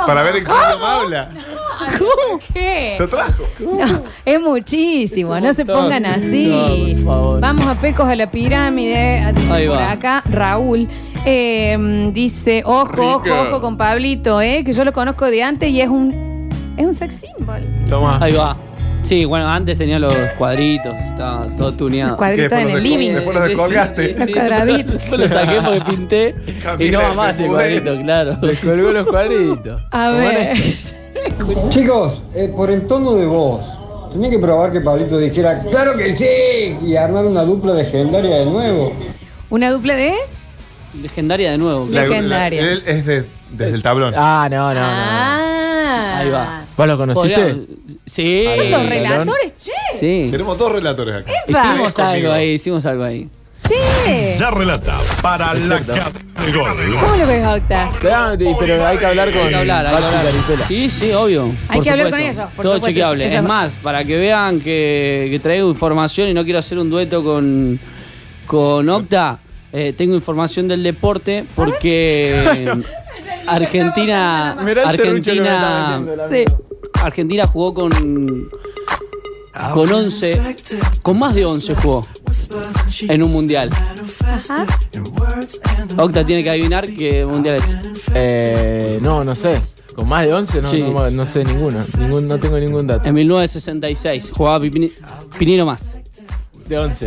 Para ver en qué idioma habla. ¿Cómo? ¿Qué? Lo trajo. No, es muchísimo, no se pongan así. No, por favor. Vamos a Pecos a la pirámide. a- Ahí por va. acá, Raúl. eh, dice, ojo, Rico. ojo, ojo con Pablito, eh, que yo lo conozco de antes y es un es un sex symbol. Toma. Ahí va. Sí, bueno, antes tenía los cuadritos, estaba todo tuneado. Los cuadritos ¿Qué? en Después el los living. descol- después los descolgaste. Los cuadraditos. Después lo saqué porque pinté y no va más el cuadrito, claro. Descolgó los cuadritos. A ver. Chicos, eh, por el tono de voz, tenía que probar que Pablito dijera ¡claro que sí! Y armar una dupla legendaria de nuevo. ¿Una dupla de? Legendaria de nuevo. La- Legendaria. la- él es de, desde el tablón. Ah, no, no, no. Ah. Ahí va. ¿Vos lo conociste? Podría- Sí. Son los Ahí, relatores, che. Sí. Tenemos dos relatores acá. Hicimos Conmigo. algo ahí, hicimos algo ahí. Che. Ya relata para la cadena de gol. ¿Cómo lo ves, Octa? Claro, y- pero hay que hablar con Hay que hablar, hay que Bati hablar. Caritela. Sí, sí, obvio. Hay por que hablar supuesto. con ellos, por Todo supuesto. chequeable. Ellos- Es más, para que vean que, que traigo información y no quiero hacer un dueto con, con Octa, eh, tengo información del deporte porque Argentina. Mirá el serrucho que me está Argentina. metiendo la Sí. Argentina jugó con. Con once. Con más de once jugó. En un mundial. Ajá. Octa tiene que adivinar qué mundial es. Eh, no, no sé. Con más de once no, Sí. no, no sé ninguno. Ningún, no tengo ningún dato. En mil novecientos sesenta y seis jugaba Pipini- Pinino más. De once.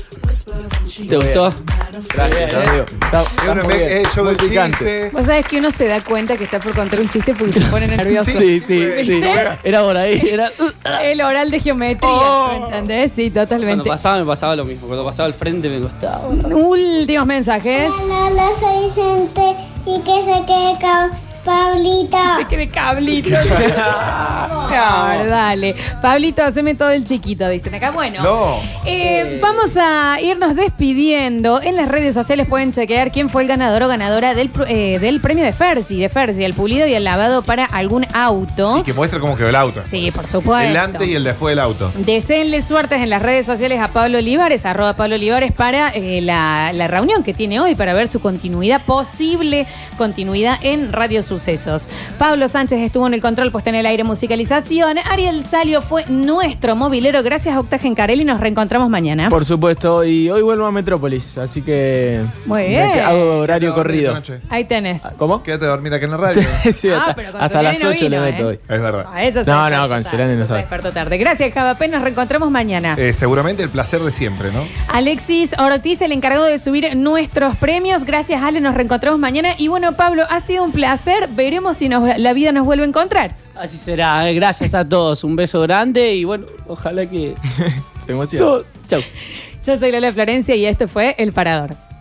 ¿Te gustó? Gracias, amigo. Está, está Una muy me- bien, eh, show muy del picante. chiste. Vos sabés que uno se da cuenta que está por contar un chiste porque se pone nervioso. Sí, sí, sí. ¿Viste? Era por ahí. Era, El oral de geometría, ¿me entendés? Sí, Cuando totalmente. pasaba me pasaba lo mismo. Cuando pasaba al frente me costaba. Últimos mensajes. Hola, soy Vicente y que se quede con Pablito. Se quede cablito. Claro, dale. Pablito, haceme todo el chiquito, dicen acá. Bueno, No. eh, vamos a irnos despidiendo. En las redes sociales pueden chequear quién fue el ganador o ganadora del, pr- eh, del premio de Fergie, de Fergie, el pulido y el lavado para algún auto. Y que muestra cómo quedó el auto. Sí, por supuesto. El antes y el después del auto. Deseenle suertes en las redes sociales a Pablo Olivares, arroba Pablo Olivares, para eh, la, la reunión que tiene hoy para ver su continuidad, posible continuidad en Radio Sucesos. Pablo Sánchez estuvo en el control, puesta en el aire, musicalización. Ariel Salio fue nuestro movilero. Gracias a Octa Gencarelli, nos reencontramos mañana. Por supuesto, y hoy vuelvo a Metrópolis, así que. Muy me bien. que- Hago horario Quédate a dormir corrido. esta noche. Ahí tenés. ¿Cómo? Quédate a dormir acá en la radio. Sí, Ah, hasta, pero con hasta Solani las no ocho le vino, meto ¿eh? hoy. Es verdad. A eso se No, despertó no, con tarde, Solani no eso se sabe. despertó tarde. Gracias, Javapé. Nos reencontramos mañana. Eh, seguramente el placer de siempre, ¿no? Alexis Ortiz, el encargado de subir nuestros premios. Gracias, Ale. Nos reencontramos mañana. Y bueno, Pablo, ha sido un placer. Veremos si nos- la vida nos vuelve a encontrar. Así será. eh. Gracias a todos. Un beso grande y bueno, ojalá que. Se emociona. Todo- Chau. Yo soy Lola Florencia y este fue El Parador.